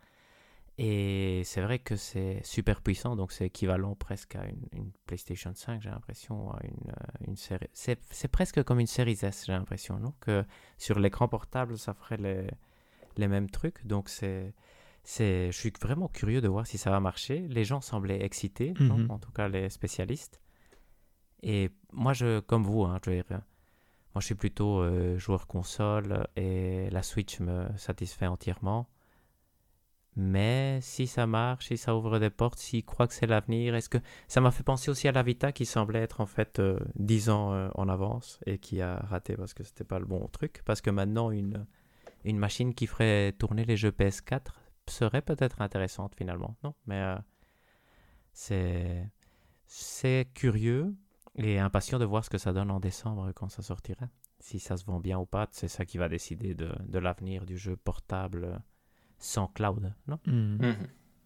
Et c'est vrai que c'est super puissant, donc c'est équivalent presque à une, une PlayStation cinq, j'ai l'impression, à une, euh, une série. C'est, c'est presque comme une série S, j'ai l'impression, non? Que sur l'écran portable, ça ferait les, les mêmes trucs. Donc c'est, c'est, je suis vraiment curieux de voir si ça va marcher. Les gens semblaient excités, non? Mhm. En tout cas les spécialistes. Et moi, je, comme vous, hein, je veux dire, moi je suis plutôt euh, joueur console et la Switch me satisfait entièrement. Mais si ça marche, si ça ouvre des portes, s'ils croient que c'est l'avenir, est-ce que ça m'a fait penser aussi à la Vita qui semblait être en fait euh, dix ans euh, en avance et qui a raté parce que c'était pas le bon truc. Parce que maintenant, une, une machine qui ferait tourner les jeux P S quatre serait peut-être intéressante finalement. Non, mais euh, c'est, c'est curieux et impatient de voir ce que ça donne en décembre quand ça sortira. Si ça se vend bien ou pas, c'est ça qui va décider de, de l'avenir du jeu portable sans cloud, non? Mhm. Mhm.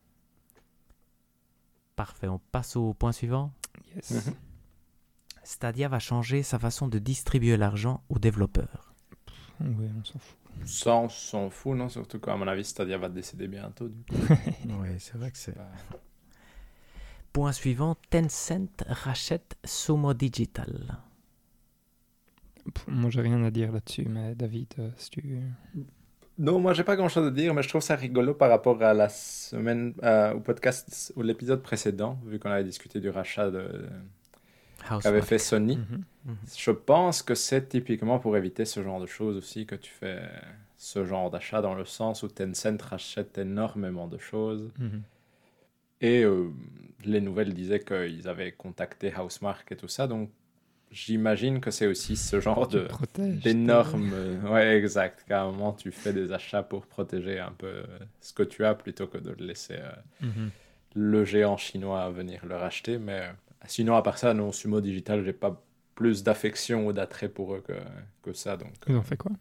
Parfait, on passe au point suivant. Yes. Mhm. Stadia va changer sa façon de distribuer l'argent aux développeurs. Oui, on s'en fout. Ça, on s'en fout, non? Surtout qu'à mon avis, Stadia va décéder bientôt. Du coup. Oui, c'est vrai que c'est... Bah, Point suivant, Tencent rachète Sumo Digital. Pff, Moi, j'ai rien à dire là-dessus, mais David, euh, si tu... Non, moi, j'ai pas grand-chose à dire, mais je trouve ça rigolo par rapport à la semaine, euh, au podcast, ou l'épisode précédent, vu qu'on avait discuté du rachat de... qu'avait fait Sony. Mhm. Mhm. Je pense que c'est typiquement pour éviter ce genre de choses aussi que tu fais ce genre d'achat, dans le sens où Tencent rachète énormément de choses. Mhm. Et euh, les nouvelles disaient qu'ils avaient contacté Housemarque et tout ça, donc j'imagine que c'est aussi ce genre Tu de protèges d'énormes... euh, Ouais, exact. Qu'à un moment, tu fais des achats pour protéger un peu euh, ce que tu as plutôt que de le laisser euh, tes- Mhm. le géant chinois venir le racheter. Mais euh, sinon, à part ça, non, Sumo Digital, j'ai pas plus d'affection ou d'attrait pour eux que, que ça. Donc, Ils euh, ont fait quoi?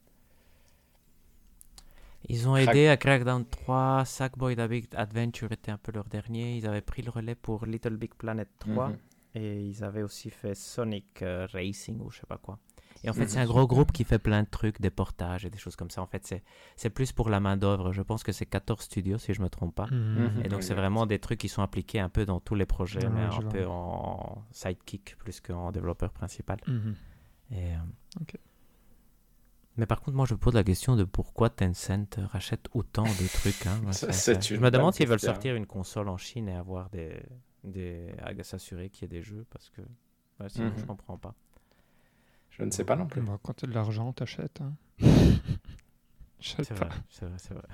Ils ont Crack- aidé à Crackdown trois, Sackboy The Big Adventure était un peu leur dernier. Ils avaient pris le relais pour Little Big Planet trois. mhm. Et ils avaient aussi fait Sonic euh, Racing ou je sais pas quoi. Et en fait, Mhm. c'est un gros groupe qui fait plein de trucs, des portages et des choses comme ça. En fait, c'est, c'est plus pour la main-d'œuvre. Je pense que c'est quatorze studios, si je me trompe pas. Mhm. Et donc, c'est Exact. vraiment des trucs qui sont appliqués un peu dans tous les projets, Ah mais ouais, un je vois. peu en sidekick plus qu'en développeur principal. Mhm. Et, euh, Ok. Mais par contre, moi, je me pose la question de pourquoi Tencent rachète autant de trucs. Hein. Ouais, Ça, ça- c'est ça- une Je me demande bonne s'ils veulent question. sortir une console en Chine et avoir des, des... à s'assurer qu'il y ait des jeux, parce que ouais, sinon, Mhm. je comprends pas. Je ne sais pas non plus. Bah, quand tu as de l'argent, t'achètes. Hein. J'achète C'est pas. vrai, c'est vrai, c'est vrai.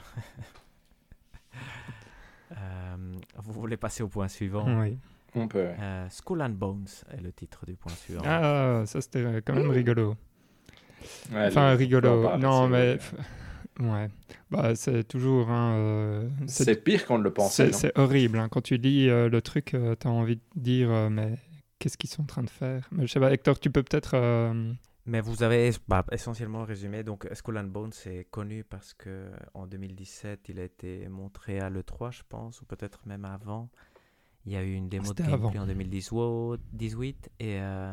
Euh, vous voulez passer au point suivant? Oui. On peut. ouais. Euh, Skull and Bones est le titre du point suivant. Ah, ça c'était quand même rigolo. Ouais, Enfin, le- rigolo. on peut en parler, Non, si mais. vous voulez. f- Ouais. Bah, c'est toujours. Hein, euh, c'est- C'est pire qu'on ne le pensait. c'est non c'est horrible. Hein. Quand tu lis euh, le truc, euh, t'as envie de dire, euh, mais qu'est-ce qu'ils sont en train de faire? Mais je sais pas, Hector, tu peux peut-être. euh, Mais vous avez bah, essentiellement résumé. Donc, Skull and Bones est connu parce que en deux mille dix-sept, il a été montré à l'E trois, je pense, ou peut-être même avant. Il y a eu une démo de C'était gameplay avant. en deux mille dix-huit et, euh,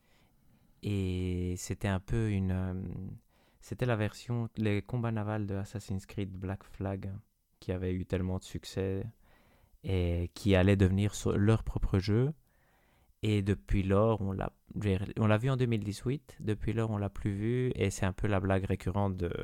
et c'était un peu une. euh, c'était la version, les combats navals de Assassin's Creed Black Flag qui avait eu tellement de succès et qui allait devenir so- leur propre jeu. Et depuis lors, on l'a, on l'a vu en deux mille dix-huit, depuis lors, on l'a plus vu. Et c'est un peu la blague récurrente de,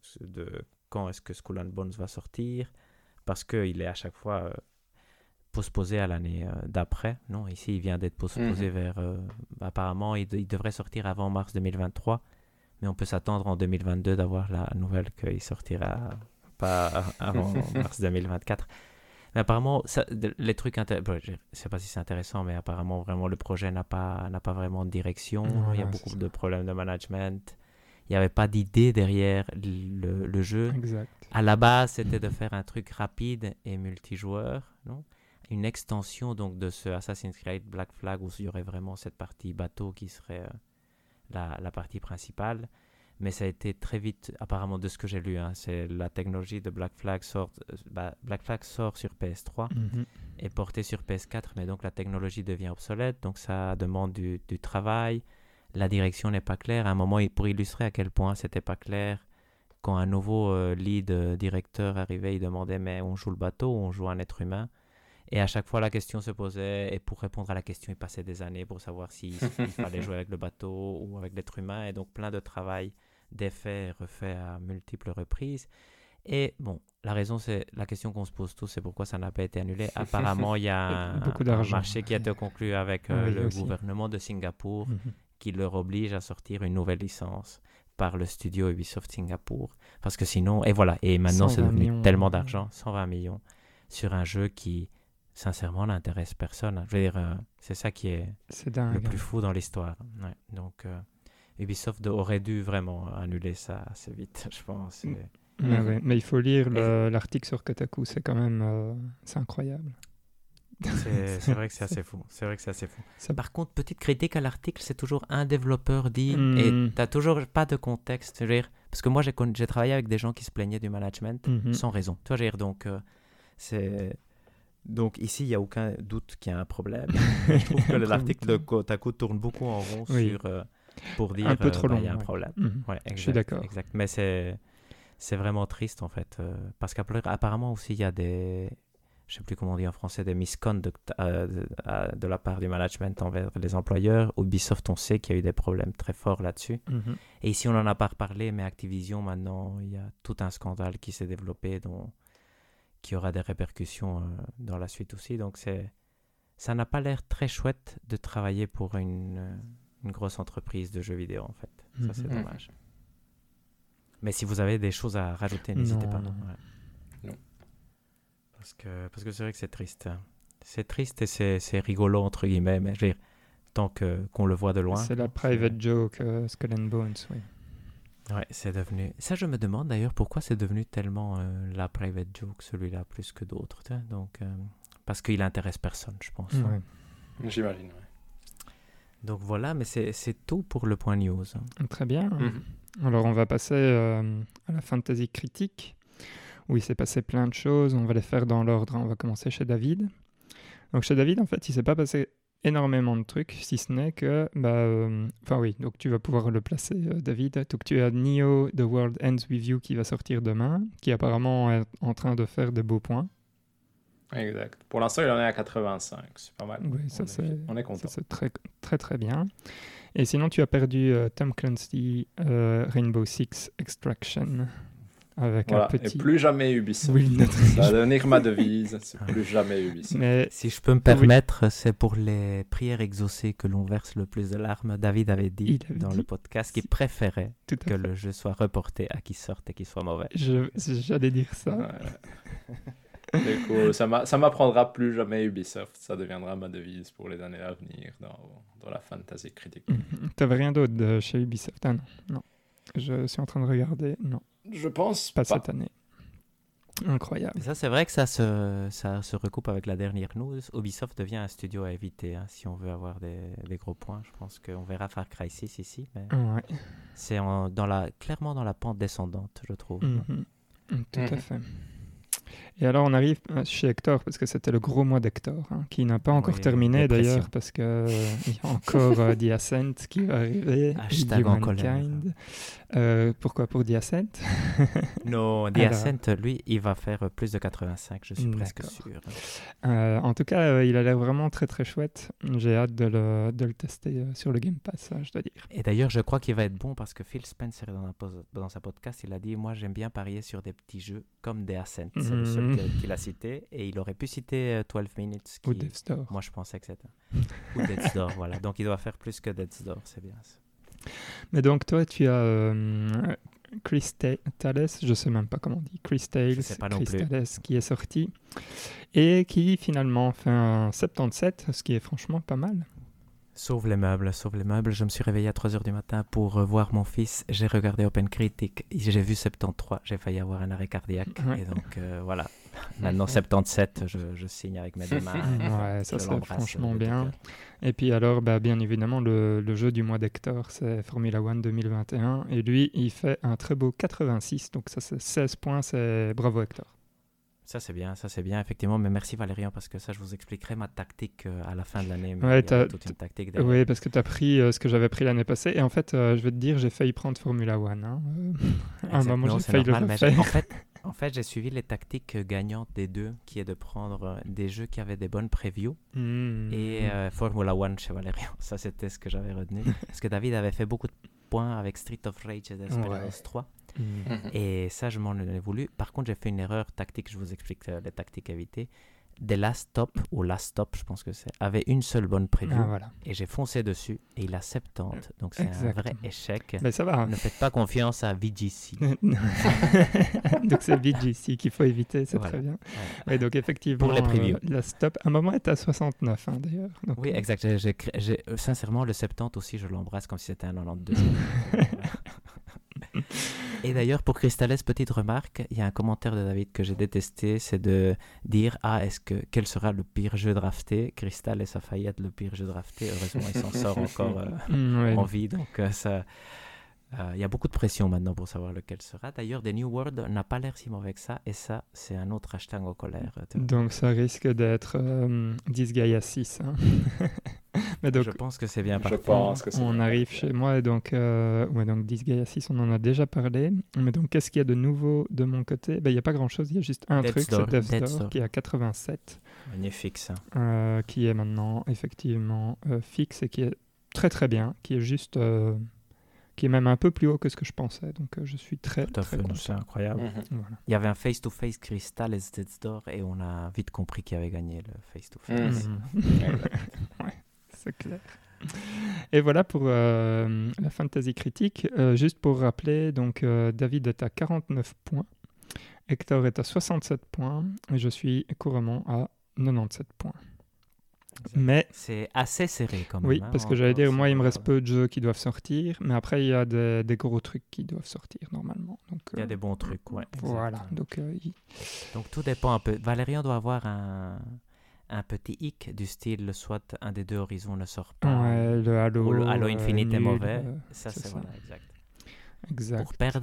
de quand est-ce que Skull and Bones va sortir. Parce qu'il est à chaque fois euh, postposé à l'année euh, d'après. Non, ici, il vient d'être postposé Mhm. vers... euh, apparemment, il, de- il devrait sortir avant mars deux mille vingt-trois. Mais on peut s'attendre en deux mille vingt-deux d'avoir la nouvelle qu'il sortira pas avant mars deux mille vingt-quatre. Mais apparemment, ça, de- les trucs intér- bon, je ne sais pas si c'est intéressant, mais apparemment, vraiment, le projet n'a pas, n'a pas vraiment de direction. Voilà, Il y a c'est beaucoup ça. de problèmes de management. Il n'y avait pas d'idée derrière le, le jeu. Exact. À la base, c'était de faire un truc rapide et multijoueur, non? Une extension donc de ce Assassin's Creed Black Flag où il y aurait vraiment cette partie bateau qui serait euh, la, la partie principale. Mais ça a été très vite, apparemment de ce que j'ai lu, hein, c'est la technologie de Black Flag sort, euh, bah, Black Flag sort sur P S trois, Mhm. est porté sur P S quatre, mais donc la technologie devient obsolète, donc ça demande du, du travail. La direction n'est pas claire. À un moment, pour illustrer à quel point c'était pas clair, quand un nouveau euh, lead euh, directeur arrivait, il demandait mais on joue le bateau ou on joue un être humain? Et à chaque fois, la question se posait, et pour répondre à la question, il passait des années pour savoir s'il il fallait jouer avec le bateau ou avec l'être humain, et donc plein de travail défait, refait à multiples reprises. Et bon, la raison, c'est la question qu'on se pose tous, c'est pourquoi ça n'a pas été annulé. Apparemment, il y a un, Beaucoup un d'argent. marché qui a été conclu avec euh, Oui, le aussi. gouvernement de Singapour Mhm. qui leur oblige à sortir une nouvelle licence par le studio Ubisoft Singapour. Parce que sinon, et voilà, et maintenant c'est cent vingt devenu millions, tellement euh, d'argent, cent vingt millions, sur un jeu qui, sincèrement, n'intéresse personne. Je veux dire, euh, c'est ça qui est C'est dingue. le plus fou dans l'histoire. Ouais, donc, euh, Ubisoft de- aurait dû vraiment annuler ça assez vite, je pense. Et- Mais, Mhm. ouais, mais il faut lire Et- le- l'article sur Kotaku, c'est quand même euh, c'est incroyable. C'est c'est vrai que c'est assez fou. C'est vrai que c'est assez fou. Ça- Par contre, petite critique à l'article, c'est toujours un développeur dit Hmm. et t'as toujours pas de contexte. Je veux dire, parce que moi, j'ai con- j'ai travaillé avec des gens qui se plaignaient du management Mhm. sans raison. Tu vois, je veux dire, donc euh, c'est donc ici, il y a aucun doute qu'il y a un problème. Mais je trouve que Un l'article de problème. Kotaku tourne beaucoup en rond Oui. sur euh, pour dire Un peu euh, trop bah, long. il y a un ouais. problème. Mhm. Ouais, exact, Je suis d'accord. Exact. Mais c'est c'est vraiment triste en fait, euh, parce qu'apparemment aussi il y a des, je sais plus comment on dit en français, des misconduct euh, de, euh, de la part du management envers les employeurs. Ubisoft, on sait qu'il y a eu des problèmes très forts là-dessus. Mhm. Et ici, on n'en a pas reparlé, mais Activision, maintenant, il y a tout un scandale qui s'est développé, dont, qui aura des répercussions euh, dans la suite aussi. Donc, c'est, ça n'a pas l'air très chouette de travailler pour une, euh, une grosse entreprise de jeux vidéo, en fait. Ça, c'est Mhm. dommage. Mais si vous avez des choses à rajouter, n'hésitez Non, pas. non. Ouais. Non. Parce que, parce que c'est vrai que c'est triste. hein. C'est triste et c'est, c'est rigolo, entre guillemets, mais je veux dire, tant que, qu'on le voit de loin. C'est la non, private joke, euh, Skull and Bones, oui. Ouais, c'est devenu. Ça, je me demande d'ailleurs pourquoi c'est devenu tellement euh, la private joke, celui-là, plus que d'autres. tu sais. Donc, euh, parce qu'il intéresse personne, je pense. Ouais. J'imagine, ouais. Donc voilà, mais c'est, c'est tout pour le point news. hein. Très bien. Mhm. Alors, on va passer euh, à la fantasy critique, où il s'est passé plein de choses. On va les faire dans l'ordre. On va commencer chez David. Donc, chez David, en fait, il s'est pas passé énormément de trucs, si ce n'est que, bah, euh, enfin oui, donc tu vas pouvoir le placer, euh, David. Donc tu as Neo The World Ends With You qui va sortir demain, qui apparemment est en train de faire de beaux points. Exact. Pour l'instant, il en est à quatre-vingt-cinq. C'est pas mal. Oui, ça on, c'est, est, on est content. ça c'est très, très très bien. Et sinon, tu as perdu euh, Tom Clancy euh, Rainbow Six Extraction avec voilà. un petit. Et plus jamais Ubisoft. Oui, notre... Ça va devenir ma devise. C'est plus jamais Ubisoft. Mais si je peux me permettre, oui. c'est pour les prières exaucées que l'on verse le plus de larmes. David avait dit avait dans dit... le podcast qu'il préférait que fait. le jeu soit reporté à qu'il sorte et qu'il soit mauvais. Je... J'allais dire ça. Ouais. Du coup, ça, m'a... ça m'apprendra plus jamais Ubisoft. Ça deviendra ma devise pour les années à venir dans, dans la fantasy critique. Mm-hmm. T'avais rien d'autre de chez Ubisoft? Ah non, non. Je suis en train de regarder. Non. Je pense pas. Pas cette année. Incroyable. Et ça, c'est vrai que ça se, ça se recoupe avec la dernière news. Ubisoft devient un studio à éviter hein, si on veut avoir des, des gros points. Je pense qu'on verra Far Cry six ici. Mais ouais. C'est en, dans la, clairement dans la pente descendante, je trouve. Mm-hmm. Tout mm-hmm. à fait. Et alors on arrive chez Hector, parce que c'était le gros mois d'Hector, hein, qui n'a pas encore oui, terminé d'ailleurs, parce qu'il euh, y a encore euh, The Ascent qui va arriver. Hashtag en colère. Euh, pourquoi pour The Ascent? Non, The alors... Ascent, lui, il va faire plus de quatre-vingt-cinq, je suis D'accord. presque sûr. Euh, en tout cas, euh, il a l'air vraiment très très chouette. J'ai hâte de le, de le tester euh, sur le Game Pass, je dois dire. Et d'ailleurs, je crois qu'il va être bon, parce que Phil Spencer, dans, la pos- dans sa podcast, il a dit « Moi, j'aime bien parier sur des petits jeux comme The Ascent. » C'est mm-hmm. le seul qu'il a cité, et il aurait pu citer uh, douze Minutes. Qui, Ou Death's Door. Moi, je pensais que c'était... Ou Death's Door, voilà. Donc, il doit faire plus que Death's Door, c'est bien ça. Mais donc, toi, tu as euh, Chris Tales, je sais même pas comment on dit, Chris Tales, Chris Tales qui est sorti, et qui finalement fait un soixante-dix-sept, ce qui est franchement pas mal. Sauve les meubles, sauve les meubles. Je me suis réveillé à trois heures du matin pour euh, voir mon fils. J'ai regardé Open Critic. J'ai vu soixante-treize. J'ai failli avoir un arrêt cardiaque. Ouais. Et donc, euh, voilà. Maintenant, soixante-dix-sept, je, je signe avec mes deux mains. Ouais, ça, c'est franchement bien. Et puis, alors, bah, bien évidemment, le, le jeu du mois d'Hector, c'est Formula One deux mille vingt et un. Et lui, il fait un très beau quatre-vingt-six. Donc, ça, c'est seize points. C'est bravo, Hector. Ça, c'est bien, ça, c'est bien, effectivement. Mais merci, Valérian, parce que ça, je vous expliquerai ma tactique euh, à la fin de l'année. Mais ouais, il y a toute une tactique derrière. Oui, parce que tu as pris euh, ce que j'avais pris l'année passée. Et en fait, euh, je vais te dire, j'ai failli prendre Formula One. Hein. Euh, à un moment, non, j'ai failli normal, le refaire. En fait, en fait, j'ai suivi les tactiques gagnantes des deux, qui est de prendre euh, des jeux qui avaient des bonnes previews. Mmh. Et euh, Formula One chez Valérian. Ça, c'était ce que j'avais retenu. Parce que David avait fait beaucoup de points avec Street of Rage et Desperados ouais. trois. Mmh. Et ça, je m'en ai voulu. Par contre, j'ai fait une erreur tactique. Je vous explique euh, les tactiques à éviter. The Last Stop, ou Last Stop, je pense que c'est, avait une seule bonne preview. Ah, voilà. Et j'ai foncé dessus. Et il a soixante-dix. Donc, c'est Exactement. un vrai échec. Mais ça va. Ne faites pas confiance à V G C. Donc, c'est V G C qu'il faut éviter. C'est voilà. très bien. Ouais. Et donc, effectivement, pour les previews. Euh, la Stop, à un moment, était à soixante-neuf, hein, d'ailleurs. Donc, oui, euh... exact. J'ai, j'ai, j'ai, euh, sincèrement, le soixante-dix aussi, je l'embrasse comme si c'était un quatre-vingt-douze. Et d'ailleurs, pour Crystales, petite remarque, il y a un commentaire de David que j'ai détesté, c'est de dire « Ah, est-ce que, quel sera le pire jeu drafté ?» Crystales a failli être le pire jeu drafté. Heureusement, il s'en sort encore euh, mmh, ouais. en vie. Donc, euh, ça, euh, il y a beaucoup de pression maintenant pour savoir lequel sera. D'ailleurs, The New World n'a pas l'air si mauvais que ça. Et ça, c'est un autre hashtag en colère. Donc, ça risque d'être euh, Disgaea six. Hein. Mais donc, je pense que c'est bien parti. Je pense que c'est on bien arrive parti. Chez moi et donc, euh, ouais, donc Disgaea six, on en a déjà parlé. Mais donc, qu'est-ce qu'il y a de nouveau de mon côté? Ben, il n'y a pas grand-chose, il y a juste un Death's truc, Door. c'est Death's Death's Door, Door qui est à quatre-vingt-sept. Magnifique ça. Euh, qui est maintenant effectivement euh, fixe et qui est très très bien, qui est juste... Euh, qui est même un peu plus haut que ce que je pensais. Donc, euh, je suis très, Tout à très fait, content. C'est incroyable. Mm-hmm. Voilà. Il y avait un face-to-face Crystal et Death's Door et on a vite compris qui avait gagné le face-to-face. Mm-hmm. Ouais, c'est clair. Et voilà pour euh, la fantasy critique. Euh, juste pour rappeler, donc euh, David est à quarante-neuf points, Hector est à soixante-sept points et je suis couramment à quatre-vingt-dix-sept points. Mais c'est assez serré quand même. Oui, hein, parce que j'allais dire, moi, il me reste peu de jeux qui doivent sortir, mais après, il y a des, des gros trucs qui doivent sortir normalement. Donc, il y a euh, des bons trucs, ouais. Voilà. Exactement. Donc, euh, il... donc, tout dépend un peu. Valérian doit avoir un, un petit hic du style, soit un des deux Horizons ne sort pas, ouais, le Halo, ou le Halo Infinite euh, est nul, mauvais. Euh, ça, c'est, c'est ça. Voilà, exact. Exact. Pour perdre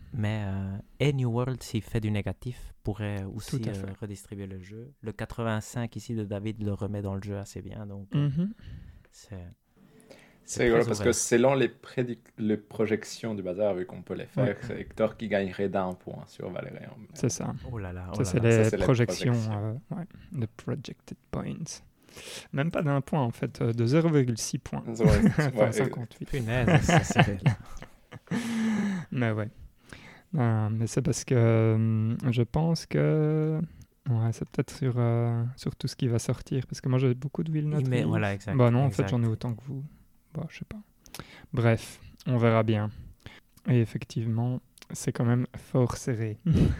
Mais euh, et New World, s'il fait du négatif, pourrait aussi Tout à euh, fait. redistribuer le jeu. Le quatre-vingt-cinq ici de David le remet dans le jeu assez bien, donc euh, Mhm. c'est C'est rigolo très parce que ouvert. selon les, prédic- les projections du bazar, vu qu'on peut les faire, Ouais. c'est Hector qui gagnerait d'un point sur Valérian. Mais C'est ça. Oh là là, oh Ça, là c'est là. Ça, les c'est les projections. projections. euh, ouais, les projected points. Même pas d'un point, en fait, euh, de zéro virgule six points. Ouais, ouais, Enfin, ouais, cinquante-huit. Punaise, ça c'est Mais ouais. Euh, mais c'est parce que euh, je pense que. Ouais, c'est peut-être sur, euh, sur tout ce qui va sortir. Parce que moi, j'ai beaucoup de Will Not Il met- Release. voilà, exact, Bah non, en fait, exact. j'en ai autant que vous. Bah, je sais pas. Bref, on verra bien. Et effectivement, c'est quand même fort serré.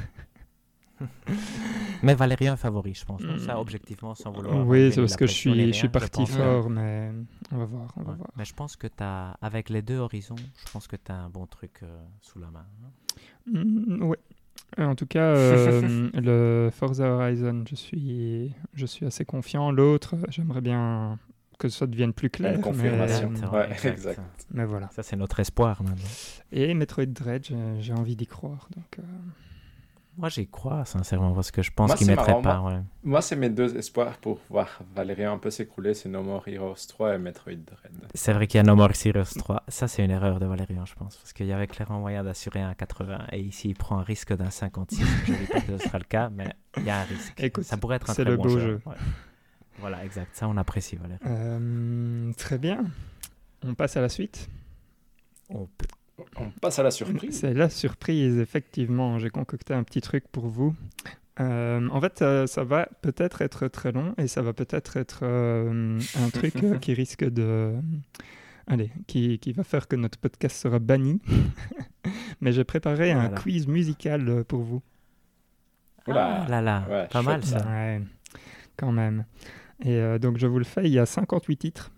Mais Valérian est favori, je pense. Non, Hmm. ça, objectivement, sans vouloir. Oui, enlever c'est parce la que je pression ni suis, je rien, suis parti pense que- fort, mais on va voir, on va Ouais. voir. Mais je pense que tu as, avec les deux horizons, je pense que tu as un bon truc euh, sous la main. hein. Mm, ouais. En tout cas, euh, le Forza Horizon, je suis, je suis assez confiant. L'autre, j'aimerais bien que ça devienne plus clair. Une confirmation. Mais, Exact, Ouais, exact. exact. mais voilà. Ça, c'est notre espoir maintenant. Et Metroid Dread, j'ai, j'ai envie d'y croire. Donc, euh, Moi, j'y crois, sincèrement, parce que je pense Moi, qu'il c'est ne mettrait marrant, pas. ouais. Moi, c'est mes deux espoirs pour voir Valérian un peu s'écrouler, c'est No More Heroes trois et Metroid Dread. C'est vrai qu'il y a No More Heroes trois. Ça, c'est une erreur de Valérian, je pense. Parce qu'il y avait clairement moyen d'assurer un quatre-vingts. Et ici, il prend un risque d'un cinquante-six. Je ne dis pas que ce sera le cas, mais il y a un risque. Écoute, ça pourrait être un c'est très le bon beau jeu. jeu. Ouais. Voilà, exact. Ça, on apprécie, Valérian. euh, très bien. On passe à la suite. On peut. On passe à la surprise. C'est la surprise, effectivement. J'ai concocté un petit truc pour vous. Euh, en fait, euh, ça va peut-être être très long et ça va peut-être être euh, un truc euh, qui risque de... Allez, qui, qui va faire que notre podcast sera banni. Mais j'ai préparé un Voilà. quiz musical euh, pour vous. Oula. Ah là là, Ouais, pas mal chouette, ça. Ouais, quand même. Et euh, donc, je vous le fais. Il y a cinquante-huit titres.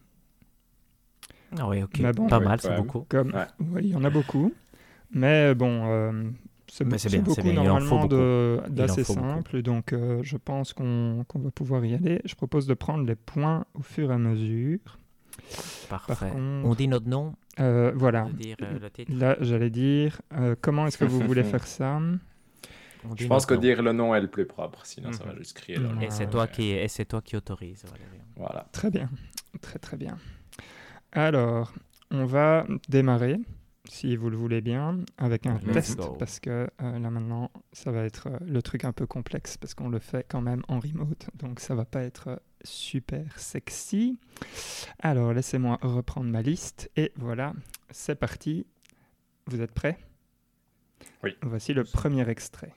Ah oui, ok. Mais bon, pas oui, mal, quand c'est même. beaucoup. Comme... Ouais. Oui, il y en a beaucoup. Mais bon, euh, c'est, Mais beau- c'est c'est bien, beaucoup c'est bien, il en faut normalement de, Il en d'assez faut beaucoup. simple. Donc, euh, je pense qu'on, qu'on va pouvoir y aller. Je propose de prendre les points au fur et à mesure. Par Parfait. contre, On dit notre nom, euh, voilà. de dire euh, le titre. Là, j'allais dire, euh, comment est-ce que vous voulez faire ça? On dit Je pense notre que nom. dire le nom est le plus propre, sinon ça va Mhm. juste crier dans le Et c'est Ouais. toi qui, et c'est toi qui autorise, Valérian. Voilà. Très bien. Très, très bien. Alors, on va démarrer, si vous le voulez bien, avec un Let's test. go. Parce que euh, là, maintenant, ça va être euh, le truc un peu complexe parce qu'on le fait quand même en remote. Donc, ça va pas être euh, super sexy. Alors, laissez-moi reprendre ma liste. Et voilà, c'est parti. Vous êtes prêts? Oui. Voici le premier extrait.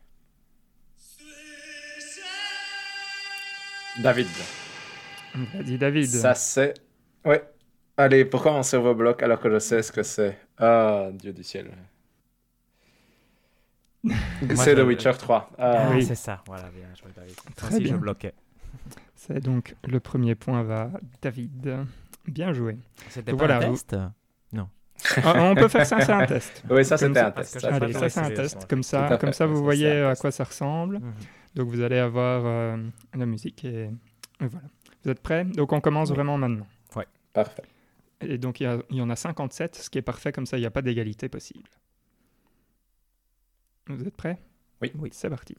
David. Vas-y, David. Ça c'est... Ouais. Allez, pourquoi mon cerveau bloque alors que je sais ce que c'est? Ah, Dieu du ciel. C'est je- The Witcher trois. Ah, Ah, oui. c'est ça. Voilà, bien joué, David. Très Moi aussi, bien. je bloquais. C'est donc le premier point va David. Bien joué. C'était Donc pas voilà, un vous- test Ah, on peut faire ça, c'est un test. Oui, ça Comme c'était ça- un parce test. que j'ai Ça, pas Allez, je ça joué c'est un sérieusement. test. Comme Tout à ça, fait. comme ça Ouais, vous ça, voyez c'est un à test. quoi ça ressemble. Mhm. Donc vous allez avoir euh, la musique et, et voilà. Vous êtes prêts? Donc on commence Oui. vraiment maintenant. Parfait. Et donc il y, a- il y en a cinquante-sept, ce qui est parfait, comme ça il n'y a pas d'égalité possible. Vous êtes prêts? Oui. Oui, c'est parti.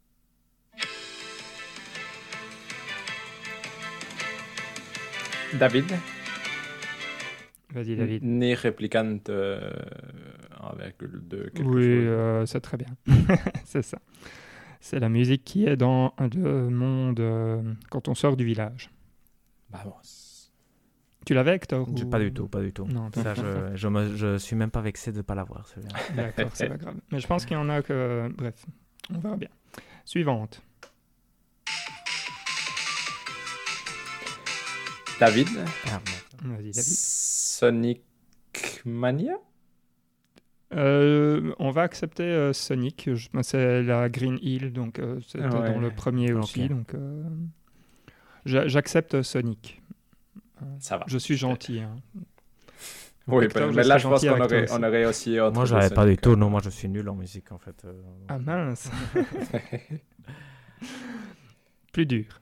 David. Vas-y David. Ni Replicant euh, un virgule deux quelque Oui, chose. euh, c'est très bien. C'est ça. C'est la musique qui est dans le monde euh, quand on sort du village. Vamos. Tu l'avais, Hector? Je- ou- Pas du tout, pas du tout. Non, pas Ça, du tout. je, je, me, je suis même pas vexé de ne pas l'avoir, celui-là. D'accord, c'est pas grave. Mais je pense qu'il y en a que... Bref, on verra bien. Suivante. David. Ah, bon. Vas-y, David. Sonic Mania. Euh, on va accepter euh, Sonic. Je- moi, c'est la Green Hill, donc euh, c'était Ah ouais. dans le premier aussi. Ok. Donc, euh, j'a- j'accepte Sonic. Ça va. Je suis gentil. Hein. Oui, Hector, mais je là serais je pense gentil qu'on avec toi aurait, aussi. on aurait aussi autre Moi, de j'avais pas du Sonic. tout. Non, moi, je suis nul en musique, en fait. euh, Ah mince. Plus dur.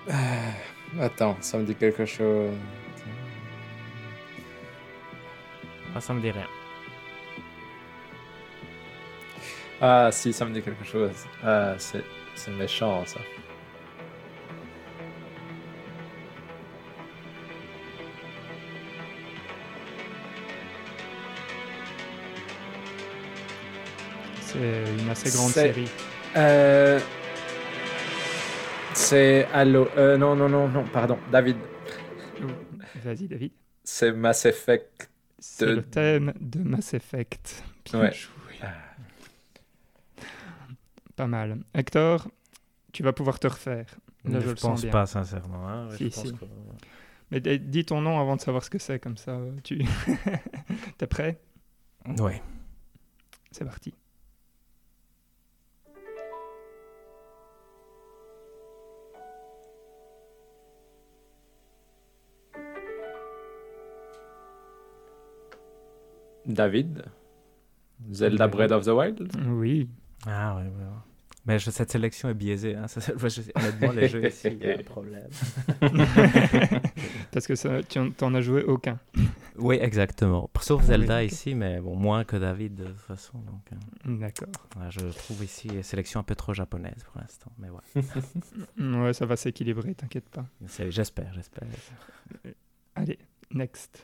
Euh, Attends, ça me dit quelque chose. Moi, ça me dit rien. Ah, si, ça me dit quelque chose. Ah, c'est, c'est méchant, ça. C'est une assez grande C'est- série. Euh... C'est... Allo... Euh, non, non, non, non, pardon. David. Oh, vas-y, David. C'est Mass Effect. C'est De- le thème de Mass Effect. Bien Ouais. joué. Pas mal. Hector, tu vas pouvoir te refaire. Là, je, je le sens pense bien. pas, sincèrement. Hein. Si, je pense si. que- Mais d- dis ton nom avant de savoir ce que c'est, comme ça. euh, Tu... T'es prêt? Ouais. C'est parti. David. Zelda Breath of the Wild. Oui. Ah ouais, ouais, ouais. Mais je- cette sélection est biaisée. Hein. Ça, je- je- honnêtement, les jeux ici, il y a un problème. Parce que ça, tu en- t'en as joué aucun. Oui, exactement. Sauf Ah oui, Zelda ok. ici, mais bon, moins que David de toute façon. Donc, euh, D'accord. ouais, je trouve ici une sélection un peu trop japonaise pour l'instant. Mais ouais, Ouais, ça va s'équilibrer, t'inquiète pas. C'est- j'espère, j'espère. Allez, next.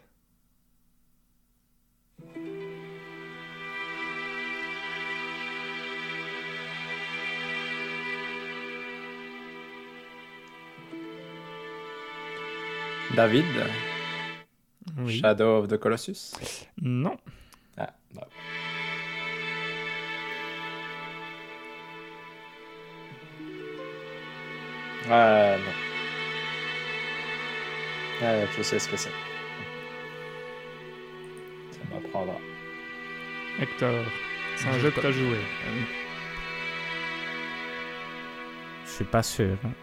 David. Oui. Shadow of the Colossus. Non. Ah, non. Ah, non. Ah, je sais ce que c'est. Ça m'apprendra. Hector, c'est un jeu que t'as joué. Je suis pas sûr. hein.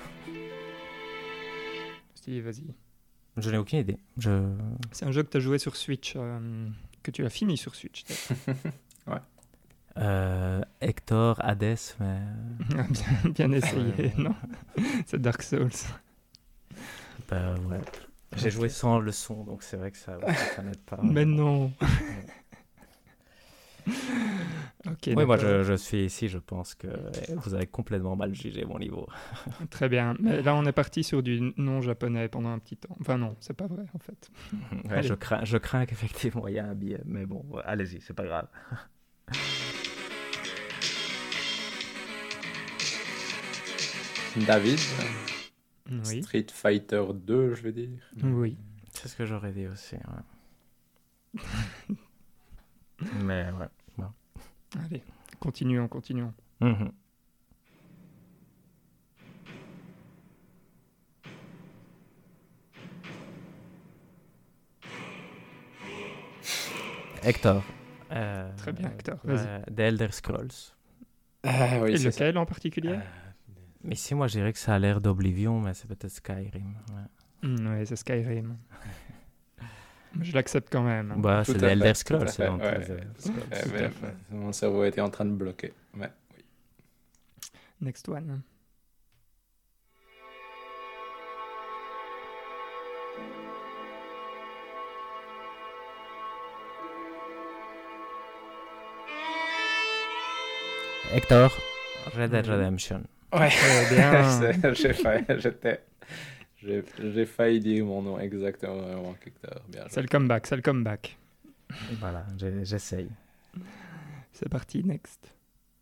Si, vas-y. Je n'ai aucune idée. Je... C'est un jeu que t'as joué sur Switch, euh, que tu as fini sur Switch. peut-être. Euh, Hector, Hades, mais... Ah, bien, bien essayé, Ouais. non? C'est Dark Souls. Bah ouais. J'ai joué sans le son, donc c'est vrai que ça, ça n'aide pas. Mais non. Ok, Oui, moi d'accord. je, je suis ici, je pense que vous avez complètement mal jugé mon niveau. Très bien. Mais là, on est parti sur du non japonais pendant un petit temps. Enfin non, c'est pas vrai en fait. Ouais, Allez. je crains, je crains qu'effectivement il y a un billet, mais bon, ouais, allez-y, c'est pas grave. David. Oui. Street Fighter deux, je vais dire. Oui. C'est ce que j'aurais dit aussi. Ouais. mais ouais. Bon. Allez, continuons, continuons. Mhm. Hector. Euh, Très bien, Hector, ouais, vas-y. The Elder Scrolls. Ah oui, Et c'est ça. lequel en particulier? Mais ici, moi, je dirais que ça a l'air d'Oblivion, mais c'est peut-être Skyrim. Ouais. Hmm, ouais, c'est Skyrim. Je l'accepte quand même. Bah, Tout c'est The à fait, Elder tout à Scrolls. fait, c'est donc ouais. les Elder Scrolls. Eh Tout à ben, fait. mon cerveau était en train de bloquer. Ouais, oui. Next one. Hector, Red Dead Oui. Redemption. Ouais, Très bien. C'est- j'ai failli, j'étais, j'ai, j'ai failli dire mon nom exactement avant Hector. Bien C'est joué. le comeback, c'est le comeback. Voilà, j'ai- j'essaye. C'est parti, next.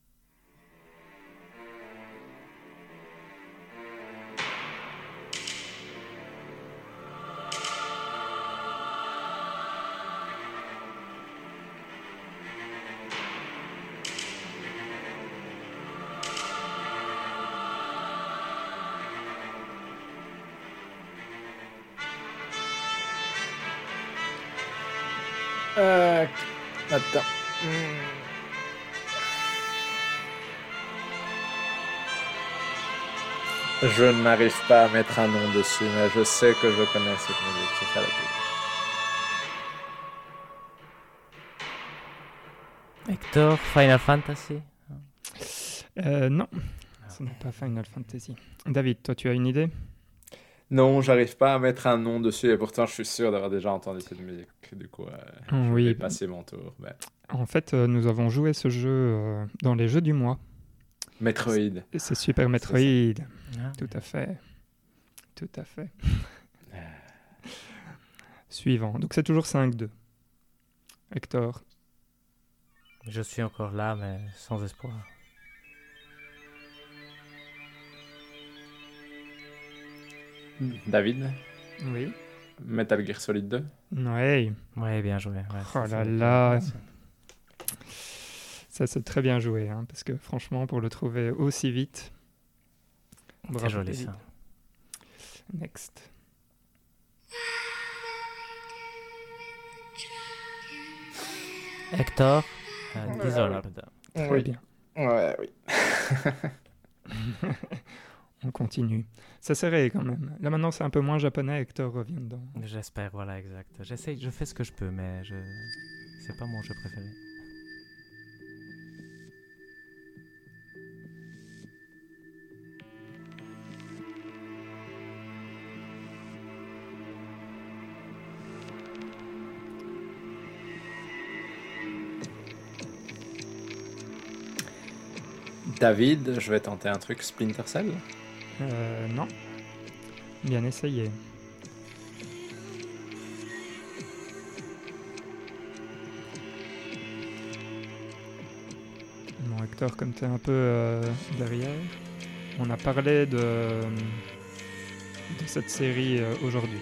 Euh, attends. Hmm. Je n'arrive pas à mettre un nom dessus, mais je sais que je connais cette musique. C'est ça la plus. Hector, Final Fantasy. Euh, non, ce n'est pas Final Fantasy. David, toi, tu as une idée? Non, j'arrive pas à mettre un nom dessus et pourtant je suis sûr d'avoir déjà entendu cette musique. Du coup, euh, je Oui. vais passer mon tour. Ben, En fait, euh, nous avons joué ce jeu euh, dans les jeux du mois. Metroid. C'est, c'est Super C'est Metroid. Ah. Tout à fait. Tout à fait. Suivant. Donc c'est toujours cinq deux. Hector. Je suis encore là, mais sans espoir. David, Oui. Metal Gear Solid deux. Ouais. Ouais, bien joué. Ouais, Oh ça, là ça- là. Ça, c'est très bien joué, hein, parce que franchement, pour le trouver aussi vite. Très bravo, joli David. ça. Next. Hector, euh, Dishonored. Très Oui. bien. Ouais, oui. On continue. C'est serré quand même. Là maintenant, c'est un peu moins japonais. Hector revient dedans. J'espère, voilà, exact. J'essaye, je fais ce que je peux, mais je... c'est pas mon jeu préféré. David, je vais tenter un truc Splinter Cell. Euh, non. Bien essayé. Bon, Hector, comme tu es un peu euh, derrière, on a parlé de, de cette série euh, aujourd'hui.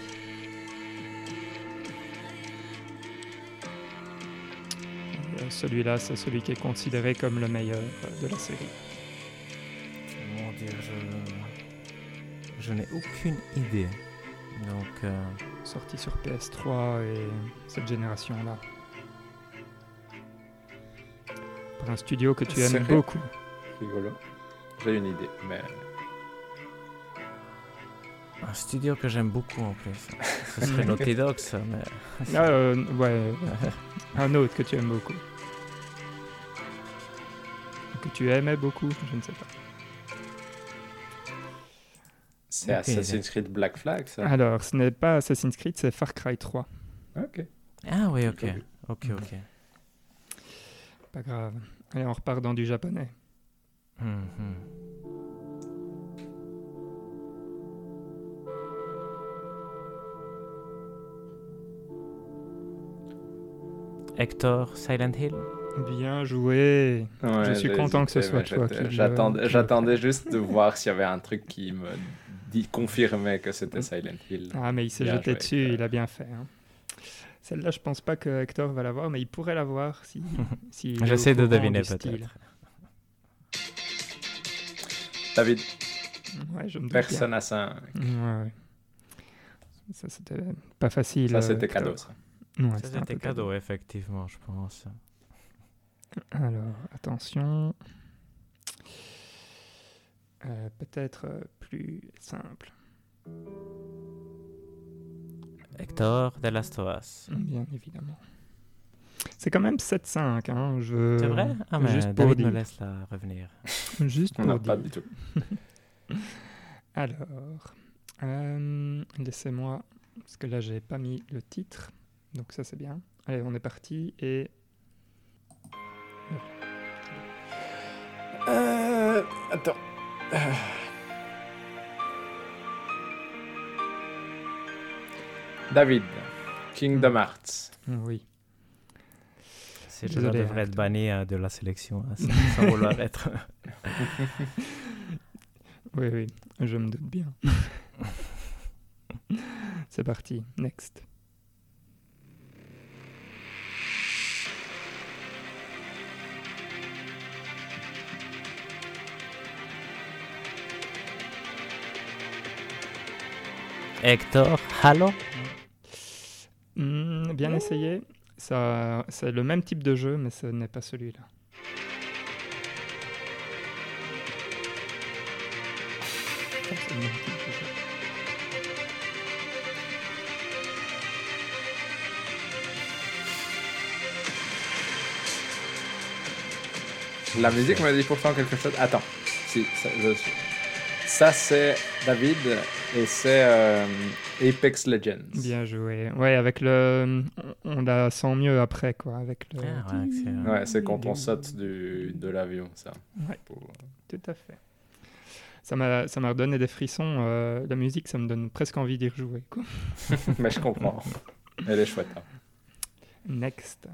Euh, Celui-là, c'est celui qui est considéré comme le meilleur euh, de la série. Mon dieu, je... Je n'ai aucune idée. Donc, euh, Sorti sur P S trois et cette génération-là. Par un studio que tu aimes Sérieux? beaucoup. Rigolo. J'ai une idée, mais un studio que j'aime beaucoup en plus. Ce serait Naughty Dog, ça, mais... Ah, euh, ouais, un autre que tu aimes beaucoup. Que tu aimais beaucoup, je ne sais pas. c'est Ok. Assassin's Creed Black Flag, ça. Alors, ce n'est pas Assassin's Creed, c'est Far Cry trois. Ok. Ah oui, ok. J'ai pas vu. Ok, ok. Pas grave. Allez, on repart dans du japonais. Mhm. Hector, Silent Hill. Bien joué. Ouais, Je suis j'ai content que ce hésité, soit mais toi j'étais- qui le- J'attendais, qui le j'attendais juste de voir s'il y avait un truc qui me dit, confirmait que c'était Silent Hill. Ah, mais il s'est Bien jeté joué, dessus, Hector. il a bien fait. hein. Celle-là, je pense pas que Hector va l'avoir, mais il pourrait l'avoir si. si il est au J'essaie de courant deviner du style. peut-être. David, Ouais, je me doute Persona cinq. bien. Ouais, ouais. Ça, c'était pas facile. Ça, euh, c'était Hector. cadeau, ça. Ouais, Ça, c'était un c'était peu cadeau, effectivement, je pense. Alors, attention. Euh, peut-être euh, plus simple. Hector, The Last of Us. Bien évidemment. C'est quand même sept cinq. Hein, je... C'est vrai? Ah, mais juste pour David dire. me laisse la revenir. Juste On pour n'a pas dire. du tout. Alors, euh, laissez-moi, parce que là, j'ai pas mis le titre. Donc ça, c'est bien. Allez, on est parti et... Euh, attends. Euh. David, Kingdom Hearts. Oui. Ces Désolé, jeux-là devraient hein. être bannis euh, de la sélection, hein, sans, sans vouloir être. Oui, oui, je me doute bien. C'est parti, next. Hector, Halo. Hmm, bien essayé. Ça, c'est le même type de jeu, mais ce n'est pas celui-là. Ça, c'est le même type de jeu. La musique me dit pourtant quelque chose. Attends. Si, ça, je... ça, c'est David et c'est euh, Apex Legends. Bien joué. Ouais, avec le... On la sent mieux après, quoi. Avec le... Ah, ouais, c'est... Ouais, c'est quand on saute du, de l'avion, ça. Ouais, Pour... tout à fait. Ça m'a, ça m'a redonné des frissons. Euh, la musique, ça me donne presque envie d'y rejouer, quoi. Mais je comprends. Elle est chouette. Hein. Next.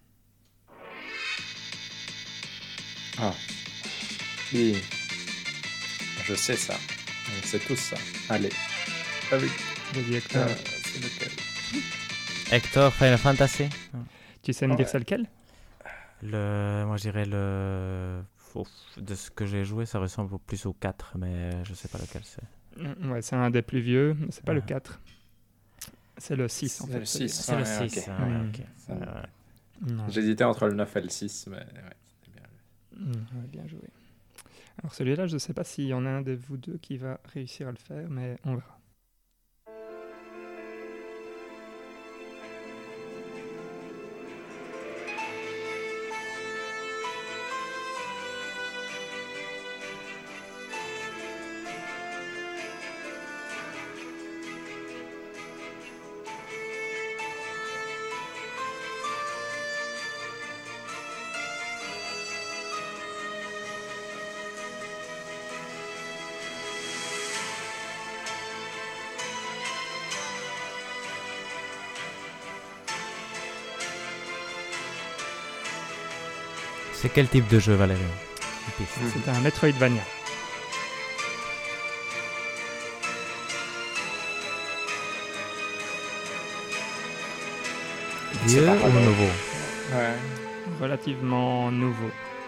Ah. Oui. Je sais ça. On sait tous ça. Allez. Ah oui. Vas-y, Hector. Euh, c'est lequel? Hector, Final Fantasy. Tu sais me Ouais. dire c'est lequel? Le... Moi, je dirais le... Ouf, de ce que j'ai joué, ça ressemble plus au quatre, mais je sais pas lequel c'est. Ouais, c'est un des plus vieux. Mais c'est pas Ah. le quatre. C'est le six, en C'est fait. le six. C'est le Ouais, six. ok. Ah, ouais, Mm. ok. Ça- Ouais, ouais. Non. J'hésitais entre le neuf et le six, mais ouais, c'était bien. Mm, ouais, bien joué. Alors celui-là, je ne sais pas s'il y en a un de vous deux qui va réussir à le faire, mais on verra. C'est quel type de jeu, Valérie? Une piste. C'est un Metroidvania. Vieux pas ou grave. nouveau? Ouais. Relativement nouveau.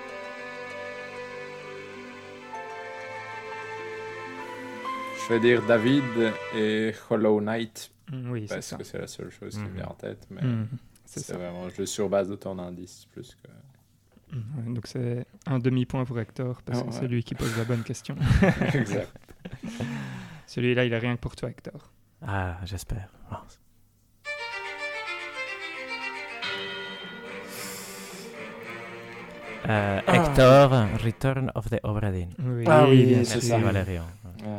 Je vais dire David et Hollow Knight Mm, oui, c'est parce ça. que c'est la seule chose qui me Mhm. vient en tête, mais Mm, c'est c'est ça. vraiment jeu sur base de ton indice plus que. Mm, ouais, donc c'est un demi-point pour Hector, parce Ah, que ouais. c'est lui qui pose la bonne question. Exact. Celui-là, il a rien que pour toi, Hector. Ah, j'espère. Ah. Euh, Hector, Return of the Obra Dinn. Oui, Ah oui, bien c'est Merci sûr. ça. Valérian. Ah.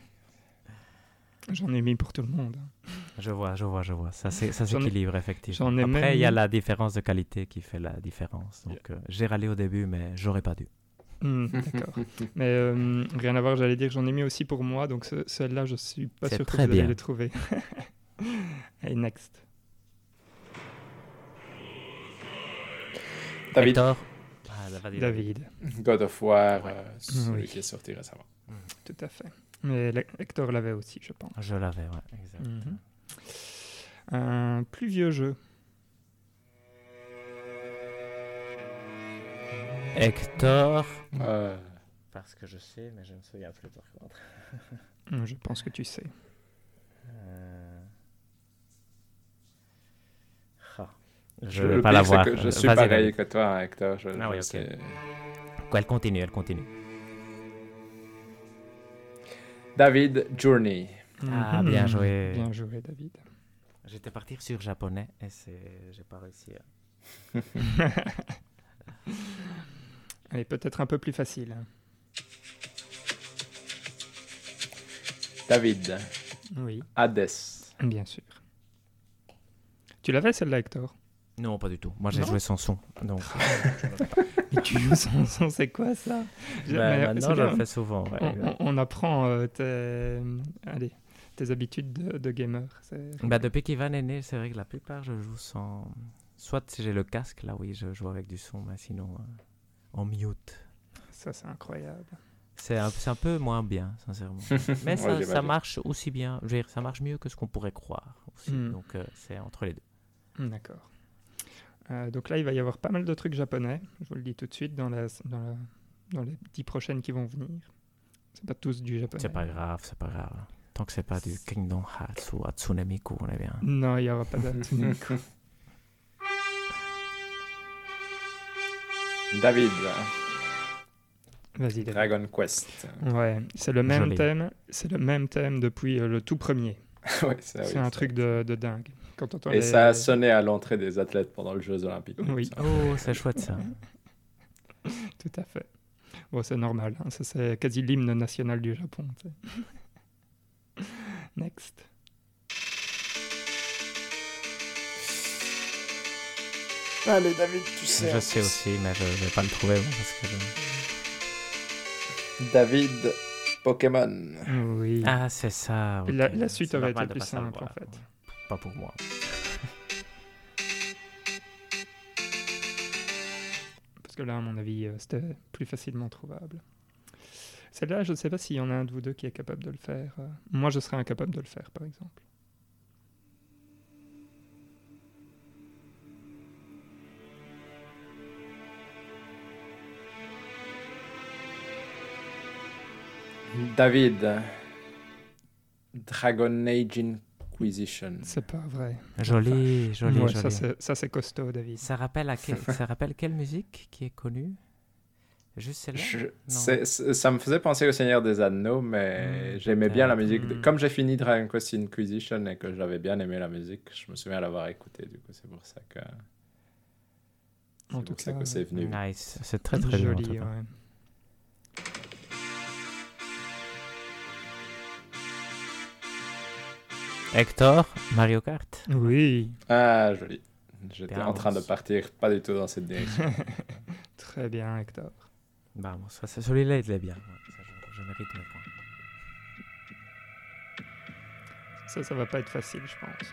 J'en ai mis pour tout le monde. Je vois, je vois, je vois. Ça, c'est- ça J'en ai- s'équilibre effectivement. j'en ai Après, même il y a mis- la différence de qualité qui fait la différence. Donc, euh, j'ai râlé au début, mais j'aurais pas dû. Hmm, d'accord. Mais euh, rien à voir, j'allais dire que j'en ai mis aussi pour moi, donc ce- celle-là, je suis pas C'est sûr que très vous allez bien. les trouver. Allez, next. David, Hector. Ah, vas-y, David, God of War, Ouais. euh, celui Oui. qui est sorti récemment. tout à fait. Mais le- Hector l'avait aussi, je pense. Je l'avais, ouais, exact. Mhm. Un plus vieux jeu. Hector. Euh, Parce que je sais, mais je me souviens plus par contre. Hmm, Je pense que tu sais. Euh... ah. Je je vais le pas pire, la c'est voir. que je Euh, suis vas-y, pareil David. que toi, hein, Hector. Je, Ah je oui, ok. sais. Elle continue, elle continue. David, Journey. Ah, Mhm. bien joué. Bien joué, David. J'étais parti sur japonais et c'est... j'ai pas réussi. à- Allez, peut-être un peu plus facile. David, Oui, Hades. bien sûr. Tu l'avais celle-là, Hector? Non, pas du tout. Moi, j'ai Non joué sans son. Donc, Mais tu joues sans son, c'est quoi ça? Je- ben, mais maintenant, c'est je bien, le fais souvent. ouais, on, exact. on- on apprend euh, tes, allez, tes habitudes de, de gamer. c'est- Bah, depuis qu'Ivan est né, c'est vrai que la plupart, je joue sans... Soit si j'ai le casque, là oui, je joue avec du son, mais sinon, euh, en mute. Ça, c'est incroyable. C'est un, c'est un peu moins bien, sincèrement. Mais Ouais, ça, ça j'imagine. marche aussi bien. Je veux dire, ça marche mieux que ce qu'on pourrait croire aussi. Mm. Donc, euh, c'est entre les deux. Hmm, D'accord. Euh, donc là, il va y avoir pas mal de trucs japonais. Je vous le dis tout de suite dans, la, dans, la, dans les dix prochaines qui vont venir. C'est pas tous du japonais. C'est pas grave, c'est pas grave. Tant que c'est pas du Kingdom Hearts ou Hatsune Miku, on est bien. Non, il y aura pas d'Hatsune. David, Vas-y, David. Dragon Quest. Ouais, c'est le même Joli. thème. C'est le même thème depuis euh, le tout premier. Ouais, ça, c'est oui, un ça. truc de, de dingue. Quand on entend Et les- ça a sonné à l'entrée des athlètes pendant les Jeux Olympiques. Oui. ça. Oh, c'est chouette ça. Tout à fait. Bon, c'est normal, hein, ça c'est quasi l'hymne national du Japon. Tu sais. Next. Allez, David, tu sais. Je sais aussi, mais je ne vais pas le trouver. Bon, parce que je... David, Pokémon. Oui. Ah, c'est ça. La, ok. la suite C'est aurait normal été de plus pas simple, savoir. en fait. Pas pour moi. Parce que là, à mon avis, euh, c'était plus facilement trouvable. Celle-là, je ne sais pas s'il y en a un de vous deux qui est capable de le faire. Euh, Moi, je serais incapable de le faire, par exemple. David, Dragon Age Inquisition. C'est pas vrai. Joli, joli, Ouais, joli. ça, c'est, ça, c'est costaud, David. Ça rappelle, à quel... ça rappelle quelle musique qui est connue? Juste celle-là? Je- Non. c'est- c'est- ça me faisait penser au Seigneur des Anneaux, mais Hmm, j'aimais bien la peut-être. musique. de- Hmm. Comme j'ai fini Dragon Quest Inquisition et que j'avais bien aimé la musique, je me souviens l'avoir écouté. Du coup, c'est pour ça que, c'est En tout pour ça cas, que c'est venu. Nice, c'est très très joli. Joli, en tout cas. ouais. Hector, Mario Kart. Oui, Ah, joli. J'étais Bien, en train de avance. partir pas du tout dans cette direction. très bien, Hector. Bah, bon, ça, c'est- celui-là, il est bien. Ouais, ça, je, je mérite mes points. Ça, ça va pas être facile, je pense.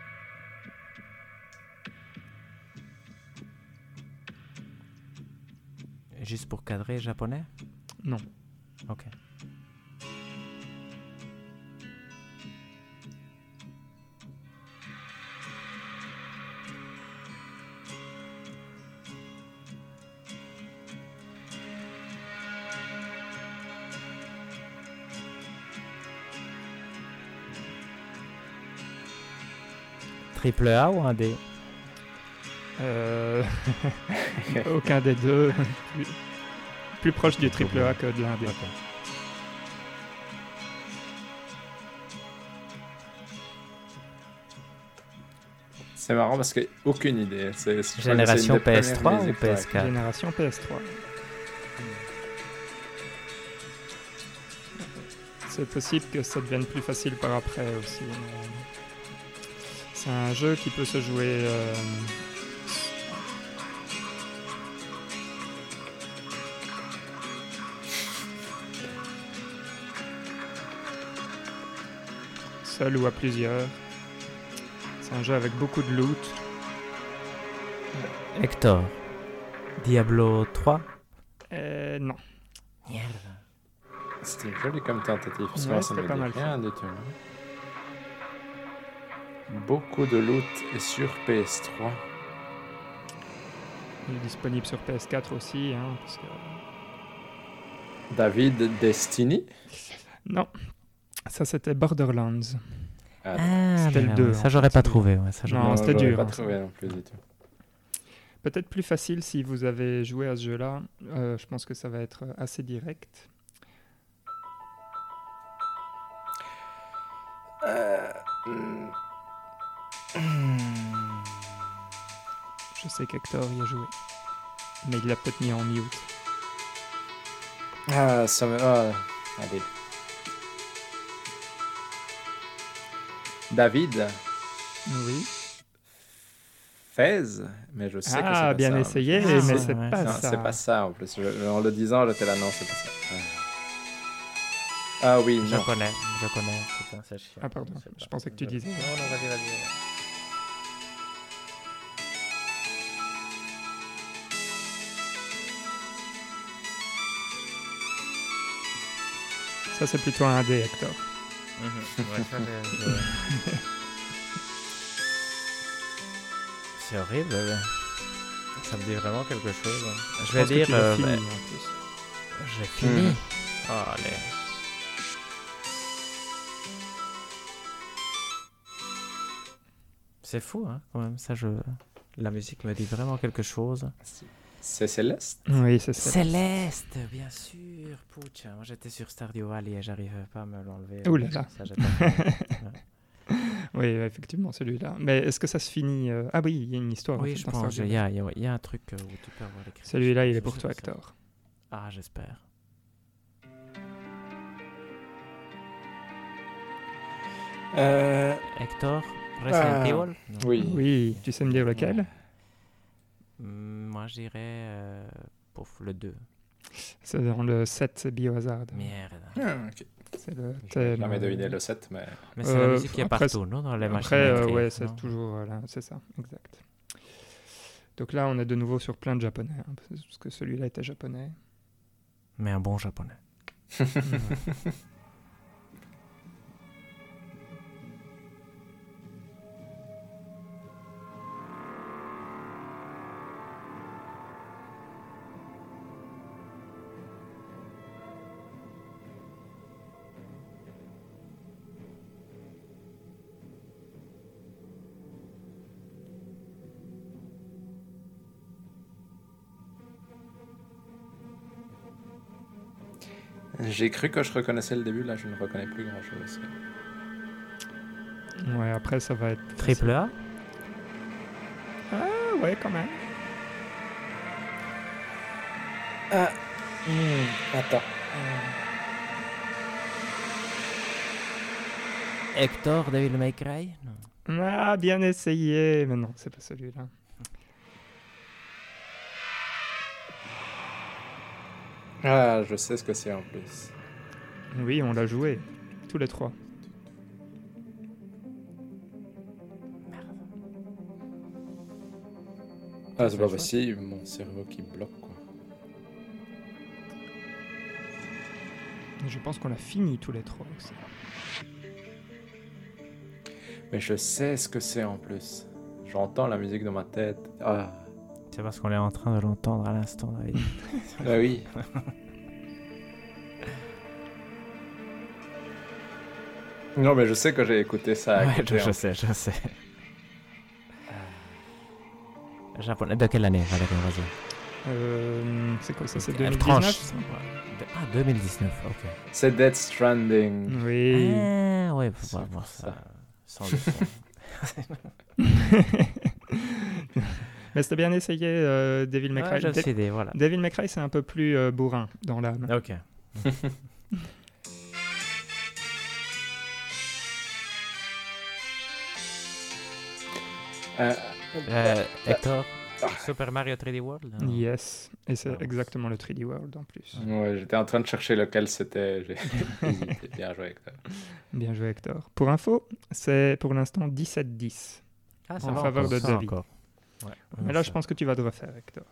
Juste pour cadrer japonais? Non. Ok. Triple A ou un D? Euh, Aucun des deux. Plus, plus proche du triple A que de l'un des. Ok. C'est marrant parce que aucune idée. C'est, je crois que Génération c'est une des P S trois premières ou musiques, P S ouais. quatre? Génération P S trois. C'est possible que ça devienne plus facile par après aussi. mais C'est un jeu qui peut se jouer. euh, seul ou à plusieurs. C'est un jeu avec beaucoup de loot. Hector. Diablo trois? Euh, non. Merde. C'était joli comme tentative. Parce que Ouais, moi, ça c'était me pas dit mal rien du tout. Beaucoup de loot et sur P S trois. Il est disponible sur P S quatre aussi. Hein, parce que... David Destiny. Non. Ça, c'était Borderlands. Ah, Ah, C'était le merde, deux, ça en j'aurais fait, pas c'était- trouvé. Ouais, ça, j'aurais- Non, c'était j'aurais dur, pas hein, trouvé non plus du tout. Peut-être plus facile si vous avez joué à ce jeu-là. Euh, je pense que ça va être assez direct. Euh, hmm. Hmm. Je sais qu'Hector y a joué. Mais il l'a peut-être mis en mute. Ah, ça me... ah, allez. David Oui. Fez, mais je sais que c'est Ah, pas bien ça. essayé, Ah, mais c'est- c'est ouais, pas Non, ça. c'est pas ça en plus. Je- en le disant, j'étais là, non, c'est pas ça. Ah oui, Je non. connais, je connais. Putain, c'est chiant. Ah, pardon. sais Je pas. pensais que tu disais. Non, non, vas-y, vas-y. vas-y. Ça, c'est plutôt un D, Hector. Mhm. Ouais, ça, je- je- C'est horrible. mais Ça me dit vraiment quelque chose. Je Je vais pense que dire. tu l'as euh, fini, bah, en plus. J'ai fini. Mhm. Oh, allez. C'est fou, hein, quand même. Ça, je... La musique me dit vraiment quelque chose. C'est Céleste. Oui, c'est ça. Céleste, bien sûr. Putain, moi j'étais sur Stardew Valley et j'arrivais pas à me l'enlever. Ouh là là. Ça, j'ai pas fait. Oui, effectivement, celui-là. Mais est-ce que ça se finit euh, Ah oui, il y a une histoire. en Oui, fait, je dans pense. Stardew Il y Valley. a, il y a- il y a un truc euh, où tu peux avoir les crédits. Celui-là, il Je est pour sais toi, pas ça. Hector. Ah, j'espère. Euh, Hector, Resident Ah, Evil? Non. oui. Oui, tu sais me dire lequel? Hmm, Moi, je dirais euh, pouf, le deux. C'est dans le sept, c'est Biohazard. Merde. Ah, ok. C'est le Je n'ai thème. jamais euh, deviné le sept, mais... Mais c'est Euh, la musique qui est après, partout, non? Dans les machines Après, à euh, écrire, ouais, non? c'est toujours, voilà, c'est ça, exact. Donc là, on est de nouveau sur plein de japonais, hein, parce que celui-là était japonais. Mais un bon japonais. J'ai cru que je reconnaissais le début, là je ne reconnais plus grand-chose. Ouais, après, ça va être... Triple A? Ah ouais, quand même. Ah, hmm, attends. Hector, Devil May Cry? Non. Ah, bien essayé, mais non, c'est pas celui-là. Ah, je sais ce que c'est en plus. Oui, on l'a joué, tous les trois. Ah, c'est pas possible, mon cerveau qui bloque, quoi. Je pense qu'on l'a fini tous les trois aussi. Mais je sais ce que c'est en plus. J'entends la musique dans ma tête. Ah, C'est parce qu'on est en train de l'entendre à l'instant, David. bah oui. Non, mais je sais que j'ai écouté ça à Ouais, côté, je, je hein. sais, je sais. Japonais, de quelle année, Valérie, vas-y. Euh, c'est quoi ça, c'est deux Elle mille tranche. dix-neuf De- Ah, deux mille dix-neuf, ok. C'est Death Stranding. Oui. Ah, ouais, faut C'est voir voir pour ça. ça. Sans le son. Mais c'était bien essayé, euh, Devil May Ouais, Cry. j'ai De- aussi idée, voilà. Devil May Cry, c'est un peu plus euh, bourrin dans l'âme. Ok. Euh, Euh, Hector, Ah. Super Mario trois D World? non? Yes, et c'est Ah. exactement le trois D World en plus. ouais, j'étais en train de chercher lequel c'était. J'ai hésité. Bien joué avec ça. Bien joué, Hector. Pour info, c'est pour l'instant dix-sept dix. Ah, en faveur encore, de ça David. encore. Ouais, Mais là, je pense que tu vas te refaire, Hector.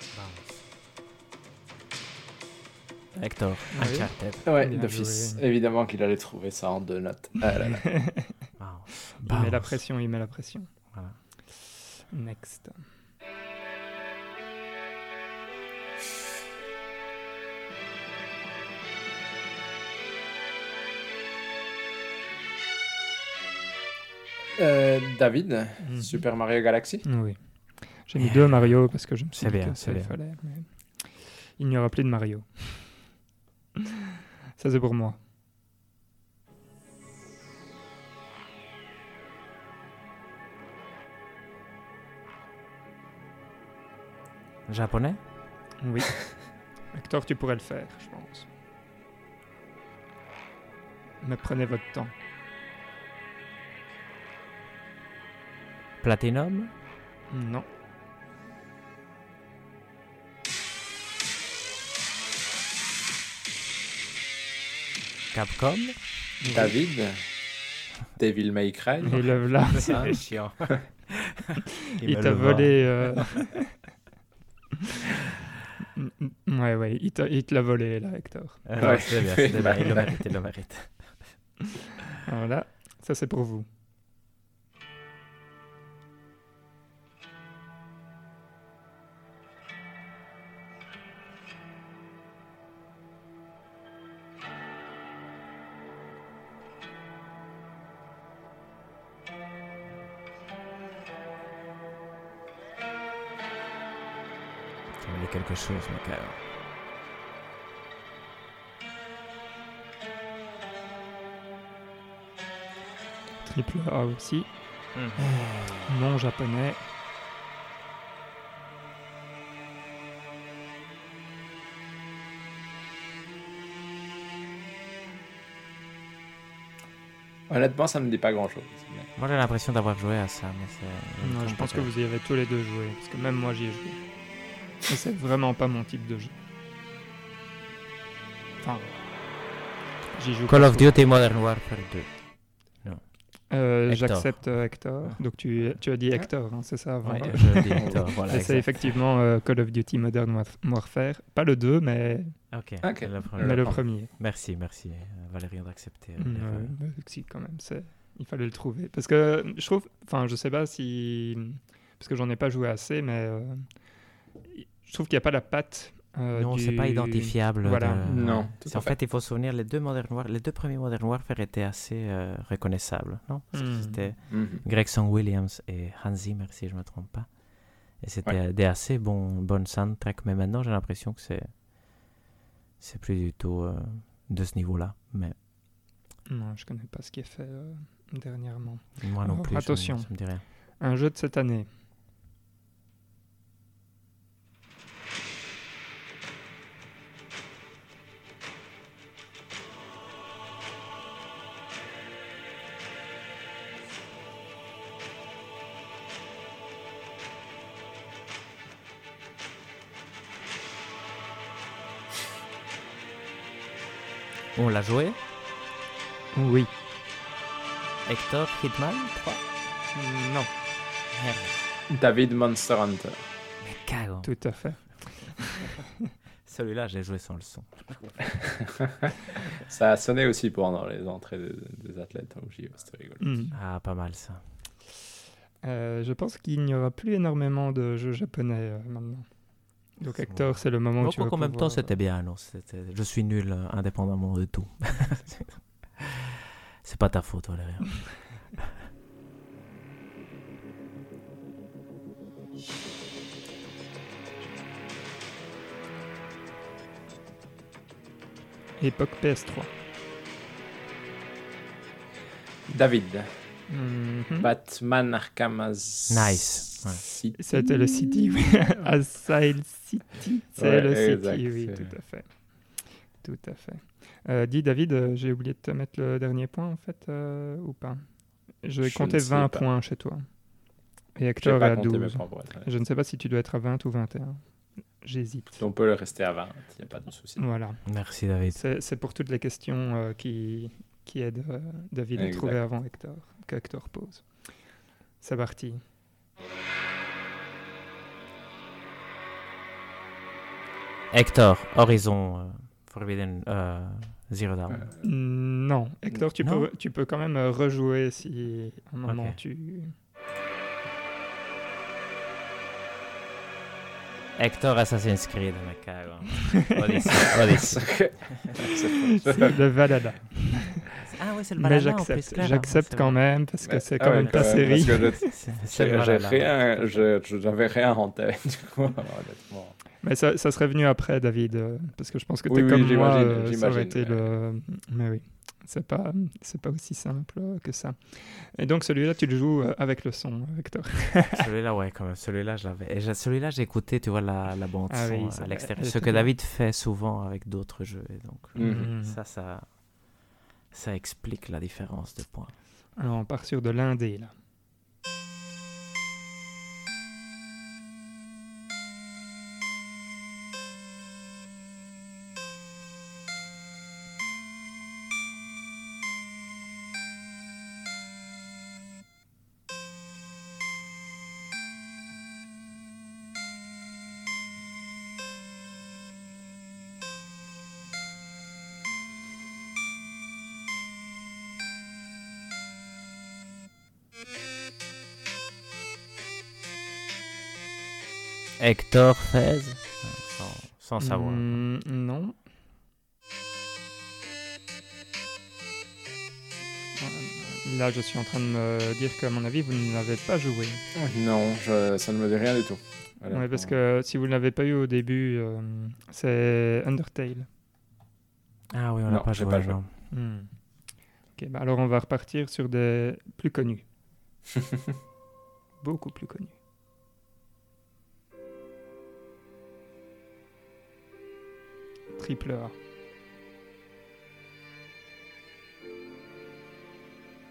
Hector, Oui. Uncharted. Ouais, Bien d'office. joué. Évidemment qu'il allait trouver ça en deux notes. Ah là là. Bounce. Il met la Bounce. pression, il met la pression. Voilà. Next. Euh, David, Mhm. Super Mario Galaxy. Oui. J'ai mis Merde. deux Mario parce que je me suis C'est dit bien, que c'est ça bien. fallait. Mais il n'y aura plus de Mario. Ça, c'est pour moi. Japonais? Oui. Hector, tu pourrais le faire, je pense. Mais prenez votre temps. Platinum? Non. Capcom? David, Devil May Cry. Et le là, ça. chiant. il me t'a le volé. euh, ouais, ouais, il, t'a- il te l'a volé là, Hector. Euh, Ouais. C'est bien, c'est bien. Il le mérite, il le mérite. Voilà, ça c'est pour vous. Ça me dit quelque chose, mais quand même. Triple A aussi. Mhm. Non japonais. Honnêtement, ça me dit pas grand-chose. mais- Moi, j'ai l'impression d'avoir joué à ça, mais c'est... Non, je pense que vous y avez tous les deux joué, parce que même moi j'y ai joué. Et c'est vraiment pas mon type de jeu. Enfin, j'y joue Call pas of souvent. Duty Modern Warfare deux. Euh, Hector. J'accepte euh, Hector. Donc tu, tu as dit Hector, hein, c'est ça avant. Ouais, je dis Hector, voilà. Et c'est exact. effectivement euh, Call of Duty Modern Warf- Warfare. Pas le deux, mais, Ok, Ok. c'est le premier. mais le prends. premier. Merci, merci euh, Valérian d'accepter. euh, Mm, l'erreur. ouais, bah, si, quand même, c'est... il fallait le trouver. Parce que je trouve, enfin, je sais pas si, parce que j'en ai pas joué assez, mais euh, je trouve qu'il n'y a pas la patte. euh, Non, du... c'est pas identifiable. Voilà. de- Non, ouais. tout C'est- à En fait, il faut se souvenir, les deux Modern War... les deux premiers Modern Warfare étaient assez euh, reconnaissables, non? Parce que Hmm. C'était Mhm. Gregson Williams et Hans Zimmer, si je me trompe pas. Et c'était Ouais. des assez bons, bonnes soundtracks, mais maintenant j'ai l'impression que c'est c'est plus du tout euh, de ce niveau-là. Mais Non, je connais pas ce qui est fait euh, dernièrement. moi non Alors, plus, attention. ça, ça me dit rien. Un jeu de cette année. On l'a joué. Oui. Hector Hitman trois. Non, Merde. David Monster Hunter. Mais cago. tout à fait. Celui-là, j'ai joué sans le son. Ça a sonné aussi pendant les entrées des, des athlètes au J O, c'était rigolo. Hmm. Ah, pas mal ça. Euh, je pense qu'il n'y aura plus énormément de jeux japonais euh, maintenant. Donc C'est Hector, bon. c'est le moment où Donc, tu vas en même temps, pouvoir- c'était bien. Non, c'était... Je suis nul, euh, indépendamment de tout. C'est pas ta faute, Valérian. Époque P S trois. David. Mhm. Batman Arkham As- Nice, ouais. City. C'était le City, oui. Asylum City, c'est Ouais, le exact, City, oui, c'est- tout à fait. Tout à fait. Euh, dis David, euh, j'ai oublié de te mettre le dernier point en fait, euh, ou pas? Je vais Je compter ne sais vingt pas. points chez toi. Et Je Hector n'ai est pas à compté mes douze. points pour être honnête. Je ne sais pas si tu dois être à vingt ou vingt et un. J'hésite. On peut le rester à vingt, il n'y a pas de souci. Voilà. Merci, David. C'est c'est pour toutes les questions euh, qui, qui aident euh, David à Exact. trouver avant Hector, que Hector pose. C'est parti. Hector, Horizon, euh, Forbidden, euh, Zero Dawn. Euh, Non, Hector, tu, Non. peux, tu peux quand même euh, rejouer si à un moment Ok. tu... Hector Assassin's Creed, me cago. Odyssey, Odyssey. C'est le Valhalla. Ah ouais, c'est le Mais Valhalla en plus, j'accepte, clairement, j'accepte c'est quand vrai. même parce que Mais- c'est ah quand ouais, même ta quand même, série. parce que je- C'est- c'est le J'ai j'ai Valhalla. rien, je- je- j'avais rien en tête, du coup, honnêtement. Mais ça, ça serait venu après, David, euh, parce que je pense que tu Oui, es oui, comme moi, j'imagine, euh, ça aurait j'imagine, été le... Mais oui, c'est pas, c'est pas aussi simple euh, que ça. Et donc celui-là, tu le joues euh, avec le son, Hector. Celui-là, ouais, quand même. Celui-là, je l'avais. Et j'ai- celui-là, j'ai écouté, tu vois, la, la bande Ah son oui, euh, ça- à l'extérieur. elle Ce était que bien. David fait souvent avec d'autres jeux. Et donc, euh, Mhm. Mhm. ça, ça, ça explique la différence de points. Alors on part sur de l'indé, là. Hector Fez sans, sans savoir. Mm, non. Euh, Là, je suis en train de me dire qu'à mon avis, vous ne l'avez pas joué. Non, je- ça ne me dit rien du tout. Voilà. Ouais, parce que si vous ne l'avez pas eu au début, euh, c'est Undertale. Ah oui, on n'a Non, pas j'ai joué. pas joué. non. Hmm. Ok, bah alors on va repartir sur des plus connus. Beaucoup plus connus. Triple A.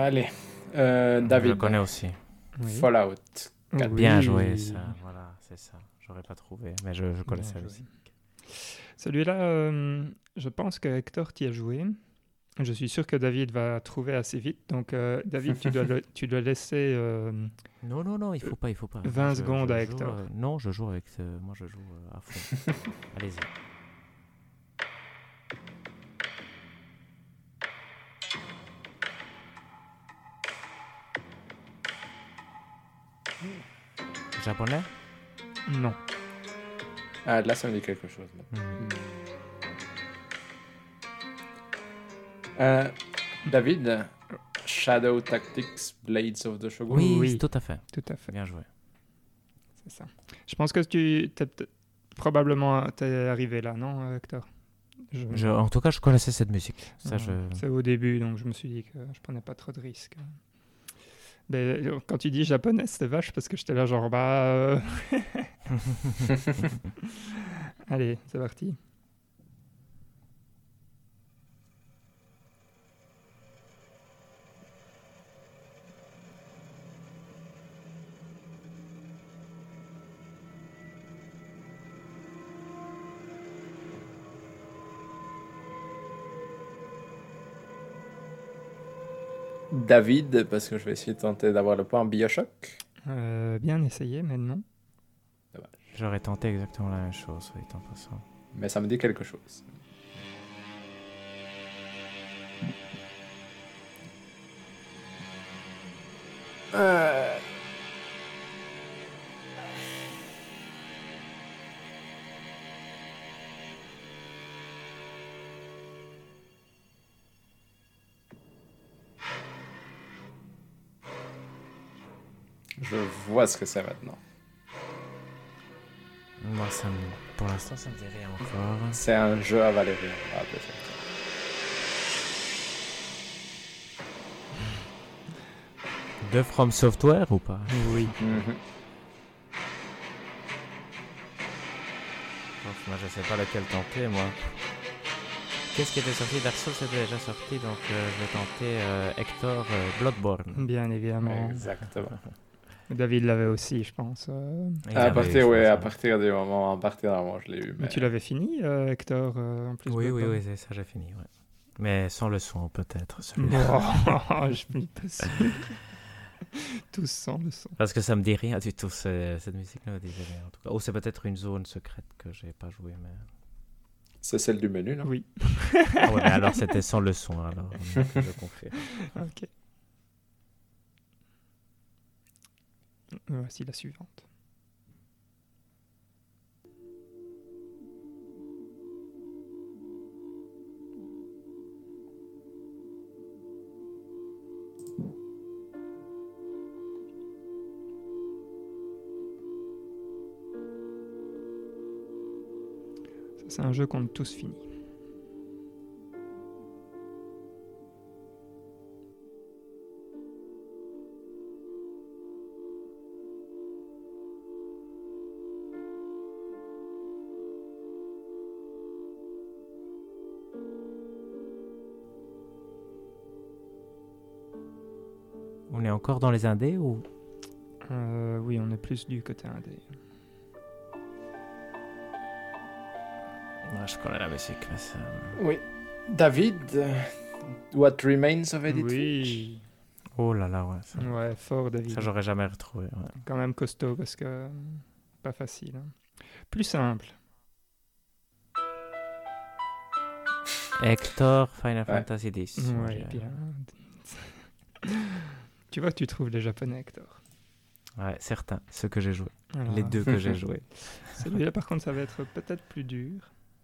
Allez, euh, Je David, le connais aussi. Oui. Fallout quatre. Oui. Bien joué, ça. Voilà, c'est ça. J'aurais pas trouvé, mais je, je connaissais Bien aussi. joué. Celui-là, euh, je pense que Hector t'y a joué. Je suis sûr que David va trouver assez vite. Donc, euh, David, tu dois, le- tu dois laisser... euh, Non, non, non, il faut pas, il faut pas. vingt Je- secondes je à joue, Hector. euh, non, je joue avec. euh, moi, je joue euh, à fond. Allez-y. Japonais. Non. Ah, là, ça me dit quelque chose. là. Mhm. Euh, David, Shadow Tactics, Blades of the Shogun. Oui, Oui. c'est tout à fait. Tout à fait, Bien joué. c'est ça. Je pense que tu t'es peut- probablement t'es arrivé là, non, Hector? Je- Je- en tout cas, je connaissais cette musique. Ça, Ouais, je. C'est au début, donc je me suis dit que je prenais pas trop de risques. Mais euh, quand tu dis japonais, c'était vache parce que j'étais là genre bah. euh, Allez, c'est parti. David, parce que je vais essayer de tenter d'avoir le point Bioshock. Euh, bien essayé, mais non. J'aurais tenté exactement la même chose, oui, en passant. Mais ça me dit quelque chose. Euh, Je vois ce que c'est maintenant. Moi, ça me... pour l'instant, ça me dit rien encore. C'est un jeu à Valérie. on va appeler ça. De From Software ou pas? Oui. Mhm. Ouf, moi, je sais pas lequel tenter, moi. Qu'est-ce qui était sorti? Dark Souls était déjà sorti, donc euh, je vais tenter euh, Hector euh, Bloodborne. Bien évidemment. Exactement. David l'avait aussi, je pense. euh. Il À avait, partir, je ouais, pense, à hein. partir du moment, à partir d'un moment, je l'ai eu. Mais Mais tu l'avais fini, euh, Hector, euh, en plus. Oui, oui, Bloodborne oui, c'est ça, j'ai fini, ouais. Mais sans le son, peut-être, celui-là. Oh, je suis pas sûr. Tous sans le son. Parce que ça me dit rien du tout, c'est- cette musique-là me disait rien, en tout cas. Oh, c'est peut-être une zone secrète que j'ai pas joué, mais... c'est celle du menu, là. Oui. Ah ouais, mais alors c'était sans le son, alors, donc, je confirme. Ok. Voici la suivante. Ça, c'est un jeu qu'on a tous fini. On est encore dans les indés ou... Euh, oui, on est plus du côté indé. Ouais, je connais la musique, mais ça... Oui. David, euh, What Remains of Edith Oui. Oh là là, ouais. Ça, Ouais, fort David. ça j'aurais jamais retrouvé, ouais. Quand même costaud parce que euh, pas facile. hein. Plus simple. Hector, Final Ouais. Fantasy X. moi, Ouais, j'ai- bien. Tu vois, tu trouves les japonais, Hector. Ouais, certains, ceux que j'ai joués. Voilà. Les deux que j'ai joués. Celui-là, par contre, ça va être peut-être plus dur.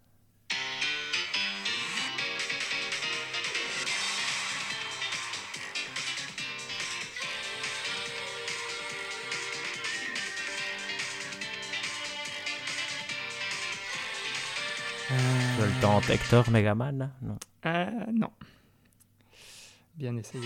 Je le tente, Hector, Megaman, là? Non. Ah, non. Bien essayé.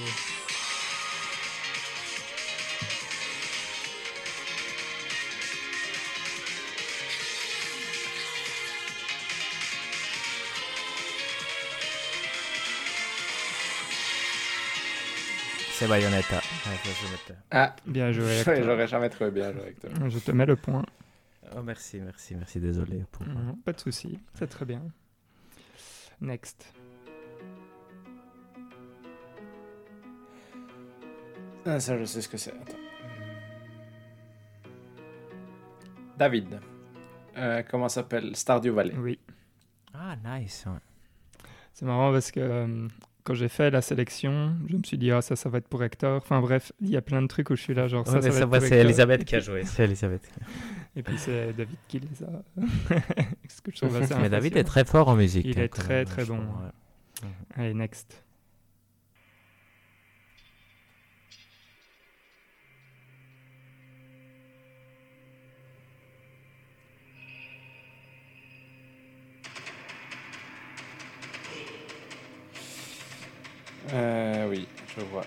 C'est Bayonetta. Ouais, ça, je mettais. Ah, Bien joué, ouais, Hector. j'aurais jamais trouvé bien joué avec toi. Je te mets le point. Oh, merci, merci, merci. Désolé pour. Non, pas de souci, c'est très bien. Next. Ah, ça, je sais ce que c'est. Attends. David. Euh, comment s'appelle Stardew Valley. Oui. Ah, nice. Ouais. C'est marrant parce que euh, quand j'ai fait la sélection, je me suis dit, ah, ça, ça va être pour Hector. Enfin bref, il y a plein de trucs où je suis là, genre ça, Ouais, ça mais va ça être va, pour c'est Hector. Elisabeth qui a joué. C'est Elisabeth. Et puis c'est David qui les a. Ce que je trouve assez Mais David impressionnant. est très fort en musique. Il hein, est quand très, même, très je bon. trouve, ouais. Allez, next. Euh, oui, je vois.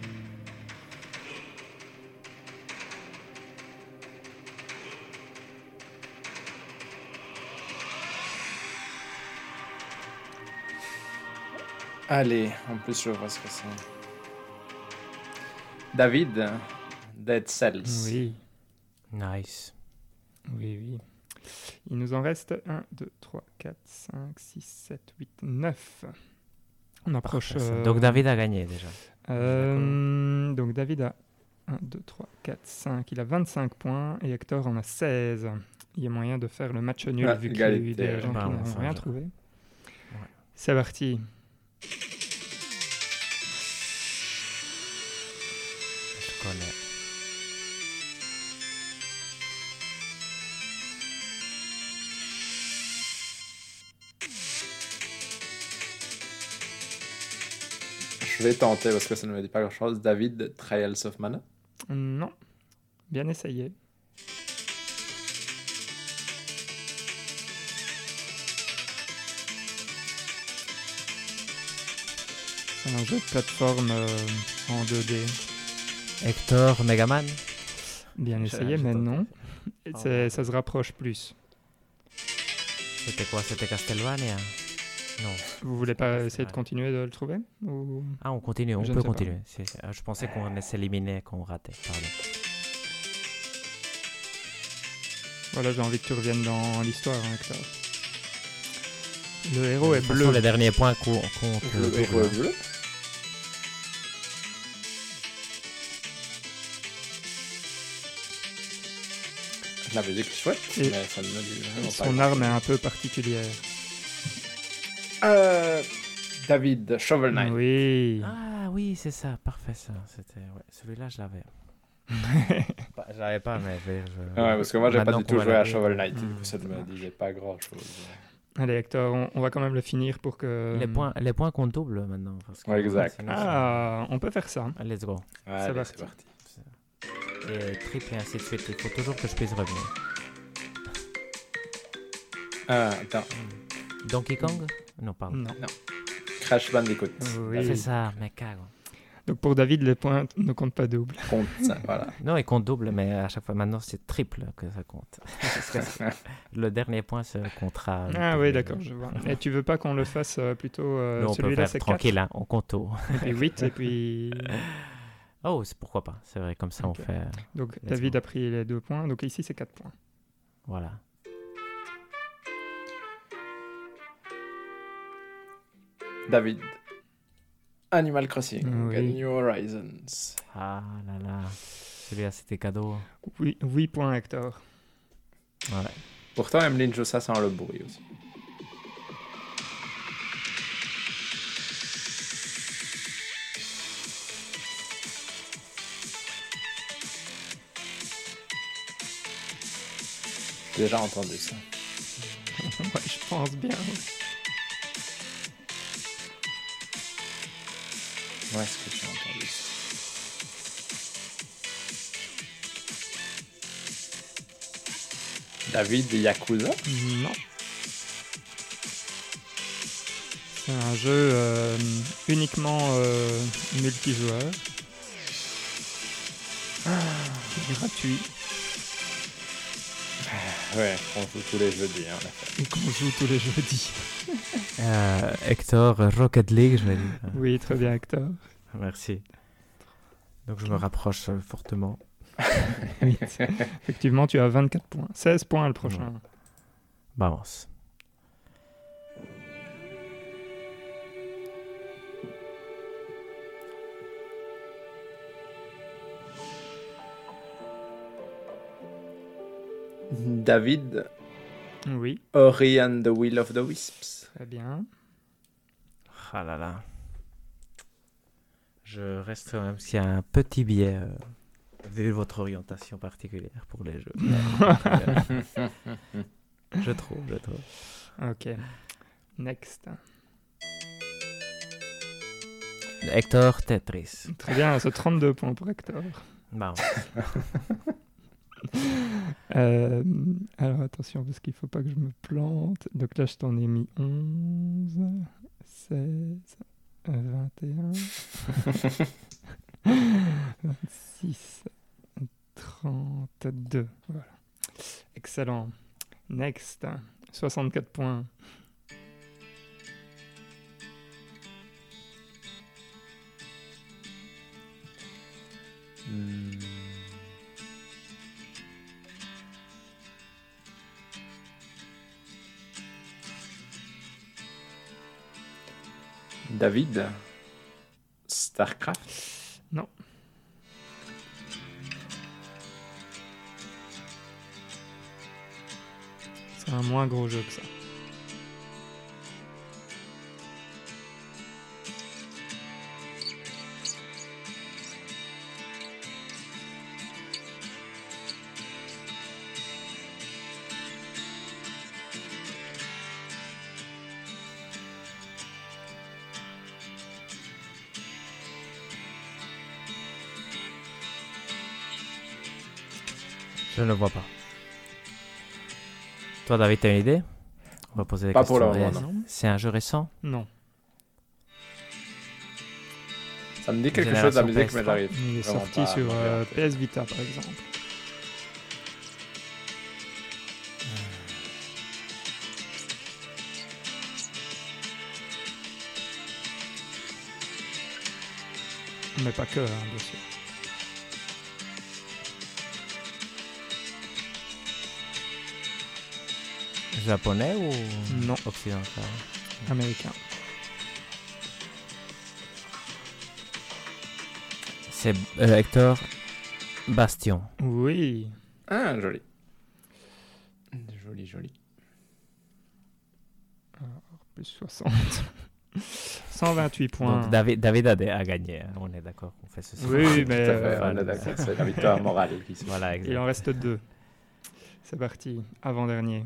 Allez, en plus je vois ce que c'est. David, Dead Cells. Oui, Nice. oui, oui. Il nous en reste un, deux, trois, quatre, cinq, six, sept, huit, neuf. On approche. Parfait, ça. euh, Donc David a gagné déjà. euh, donc David a un, deux, trois, quatre, cinq. Il a vingt-cinq points et Hector en a seize. Il y a moyen de faire le match nul Ah, vu qu'il y a eu égalité, des ouais. gens Bah qui ouais, n'ont ça, rien je- trouvé. C'est parti. Je connais. Je vais tenter parce que ça ne me dit pas grand chose. David, Trials of Mana. Non. Bien essayé. C'est un jeu de plateforme euh, en deux D. Hector, Megaman. Bien J'ai- essayé, j'ai mais tenté. non. Oh, C'est- merde. ça se rapproche plus. C'était quoi? C'était Castlevania? Non. Vous voulez pas Castlevania. essayer de continuer de le trouver ou... Ah, on continue, on Je ne peut sais pas. continuer. C'est- c'est- ah, je pensais qu'on s'éliminait, qu'on ratait. Pardon. Voilà, j'ai envie que tu reviennes dans l'histoire, hein, Hector. Le héros De est toute bleu. façon, les derniers points co- comptent. Le double, héros hein. est bleu. La musique est chouette, Et mais ça ne me dit vraiment pas. Son arme est un peu particulière. Euh, David, Shovel Knight. Oui. Ah oui, c'est ça, parfait ça. C'était ouais. Celui-là, je l'avais. Bah, je l'avais pas, mais je vais. je- Ouais, parce que moi j'ai pas Maintenant du qu'on tout va joué à l'appeler, Shovel euh, Knight, du hmm, coup ça ne me c'est disait pas grand chose. Allez, Hector, on, on va quand même le finir pour que... Les points, les points comptent double maintenant. Parce que, Ouais, exact. sinon, Ah, on peut faire ça. c'est- Let's go. Allez, parti. c'est parti. Et triple et ainsi de suite. Il faut toujours que je puisse revenir. Ah, attends, Donkey Kong? Non, pardon. Non. Crash Bandicoot. Oui. C'est ça, mais cago. Donc pour David, les points ne comptent pas double. Compte ça, voilà. Non, il compte double, mais à chaque fois maintenant c'est triple que ça compte. Parce que le dernier point se comptera. Ah oui, d'accord, je vois. Et tu veux pas qu'on le fasse euh, plutôt... euh, Nous, on peut celui-là, faire c'est quatre, tranquille, hein, on compte tout. et puis huit, et puis... Oh, c'est pourquoi pas. C'est vrai, comme ça Ok. on fait. euh, Donc Let's David go. a pris les deux points, donc ici c'est quatre points. Voilà. David, Animal Crossing, Oui. New Horizons. Ah là là. Celui-là c'était cadeau. Oui, huit points, Hector. Voilà. Pourtant, Emeline joue ça sans le bruit aussi. J'ai déjà entendu ça. Ouais, je pense bien. Où est-ce que j'ai entendu ça? David Yakuza? Non. C'est un jeu euh, uniquement euh, multijoueur. Ah, gratuit. Ouais, on joue tous les jeudis, hein, en effet. Et qu'on joue tous les jeudis. Euh, Hector, Rocket League, je vais dire. Oui, très bien, Hector. Merci. Donc je me rapproche euh, fortement. Oui, effectivement, tu as vingt-quatre points. seize points le prochain. Ouais. Vamos. David, Oui, Ori and the Will of the Wisps. très bien. Ah là là. Je reste quand même s'il y a un petit biais euh, vu votre orientation particulière pour les jeux. je trouve, je trouve. Ok. Next. Hector Tetris. Très bien, c'est trente-deux points pour Hector. Vamos. Euh, alors attention, parce qu'il ne faut pas que je me plante. Donc là, je t'en ai mis onze, seize, vingt et un, vingt-six, trente-deux. Voilà. Excellent. Next. soixante-quatre points. Hmm. David, Starcraft. Non. C'est un moins gros jeu que ça. Je ne le vois pas. Toi, David, t'as une idée? On va poser des Pas questions. pour le moment, réelles. non. C'est un jeu récent? Non. Ça me dit quelque chose la Génération musique, P S mais trois. j'arrive. Il est vraiment sorti pas à sur euh, m'orienter. P S Vita, par exemple. Mais pas que, hein, bien sûr. Japonais ou Non, occidental? américain. C'est euh, Hector Bastion. Oui. Ah, joli. Joli, joli. Plus soixante. cent vingt-huit points. Donc David, David a, dé- a gagné, hein, on est d'accord, on fait ce soir. Oui, Tout mais à fait, euh, on est d'accord. C'est la victoire morale qui se Voilà, exact. il en reste deux. C'est parti, avant-dernier.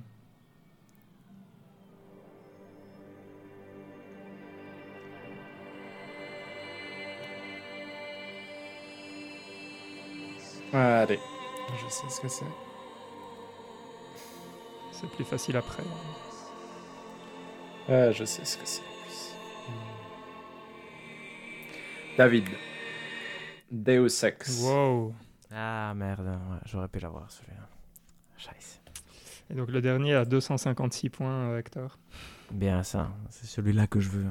Allez. Je sais ce que c'est. C'est plus facile après. Ah, je sais ce que c'est. David. Deus Ex. Wow. Ah merde, ouais, j'aurais pu l'avoir celui-là. Scheiße. Et donc le dernier a deux cent cinquante-six points, euh, Hector. Bien ça, c'est celui-là que je veux.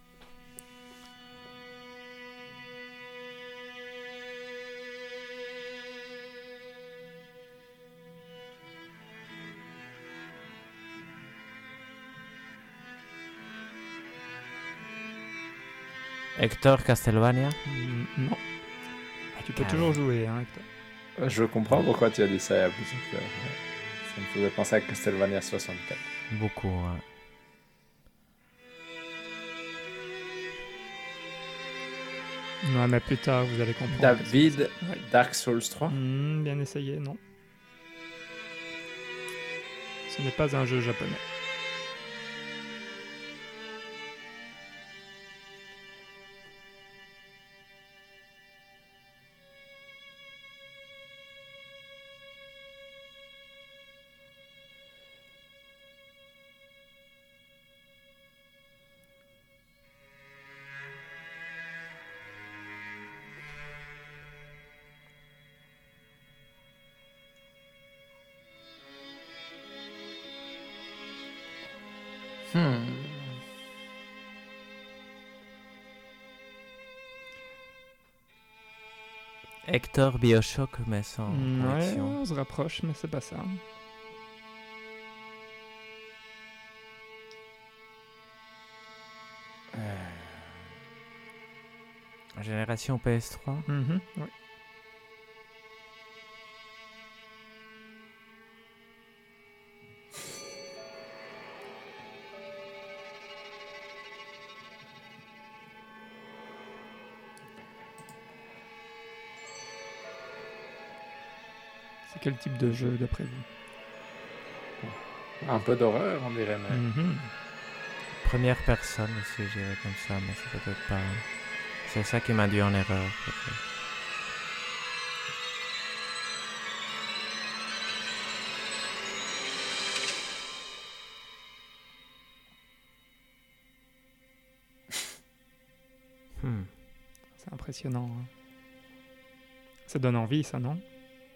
Hector Castlevania. Mm, non. Tu peux Ah toujours ouais. jouer, hein, Hector. Je comprends pourquoi tu as dit ça il y a plusieurs fois. Ça me faisait penser à Castlevania soixante-quatre. Beaucoup, ouais. Non, mais plus tard, vous allez comprendre. David, Ouais. Dark Souls trois. Hmm, bien essayé, non. Ce n'est pas un jeu japonais. Hmm. Hector Bioshock, mais sans Mm, ouais, connexion. on se rapproche, mais c'est pas ça. Génération P S trois. Mhm, ouais. C'est quel type de jeu d'après vous? Un peu d'horreur, on dirait. Mais... Mhm. Première personne aussi, je dirais comme ça, mais c'est peut-être pas. C'est ça qui m'a induit en erreur. peut-être. Hmm. C'est impressionnant. Hein. Ça donne envie, ça, non?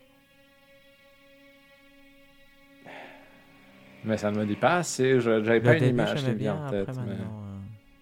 mais ça ne me dit pas assez. Je j'avais Le pas une début, image qui j'aimais me vient bien, en après tête. Mais... maintenant. euh,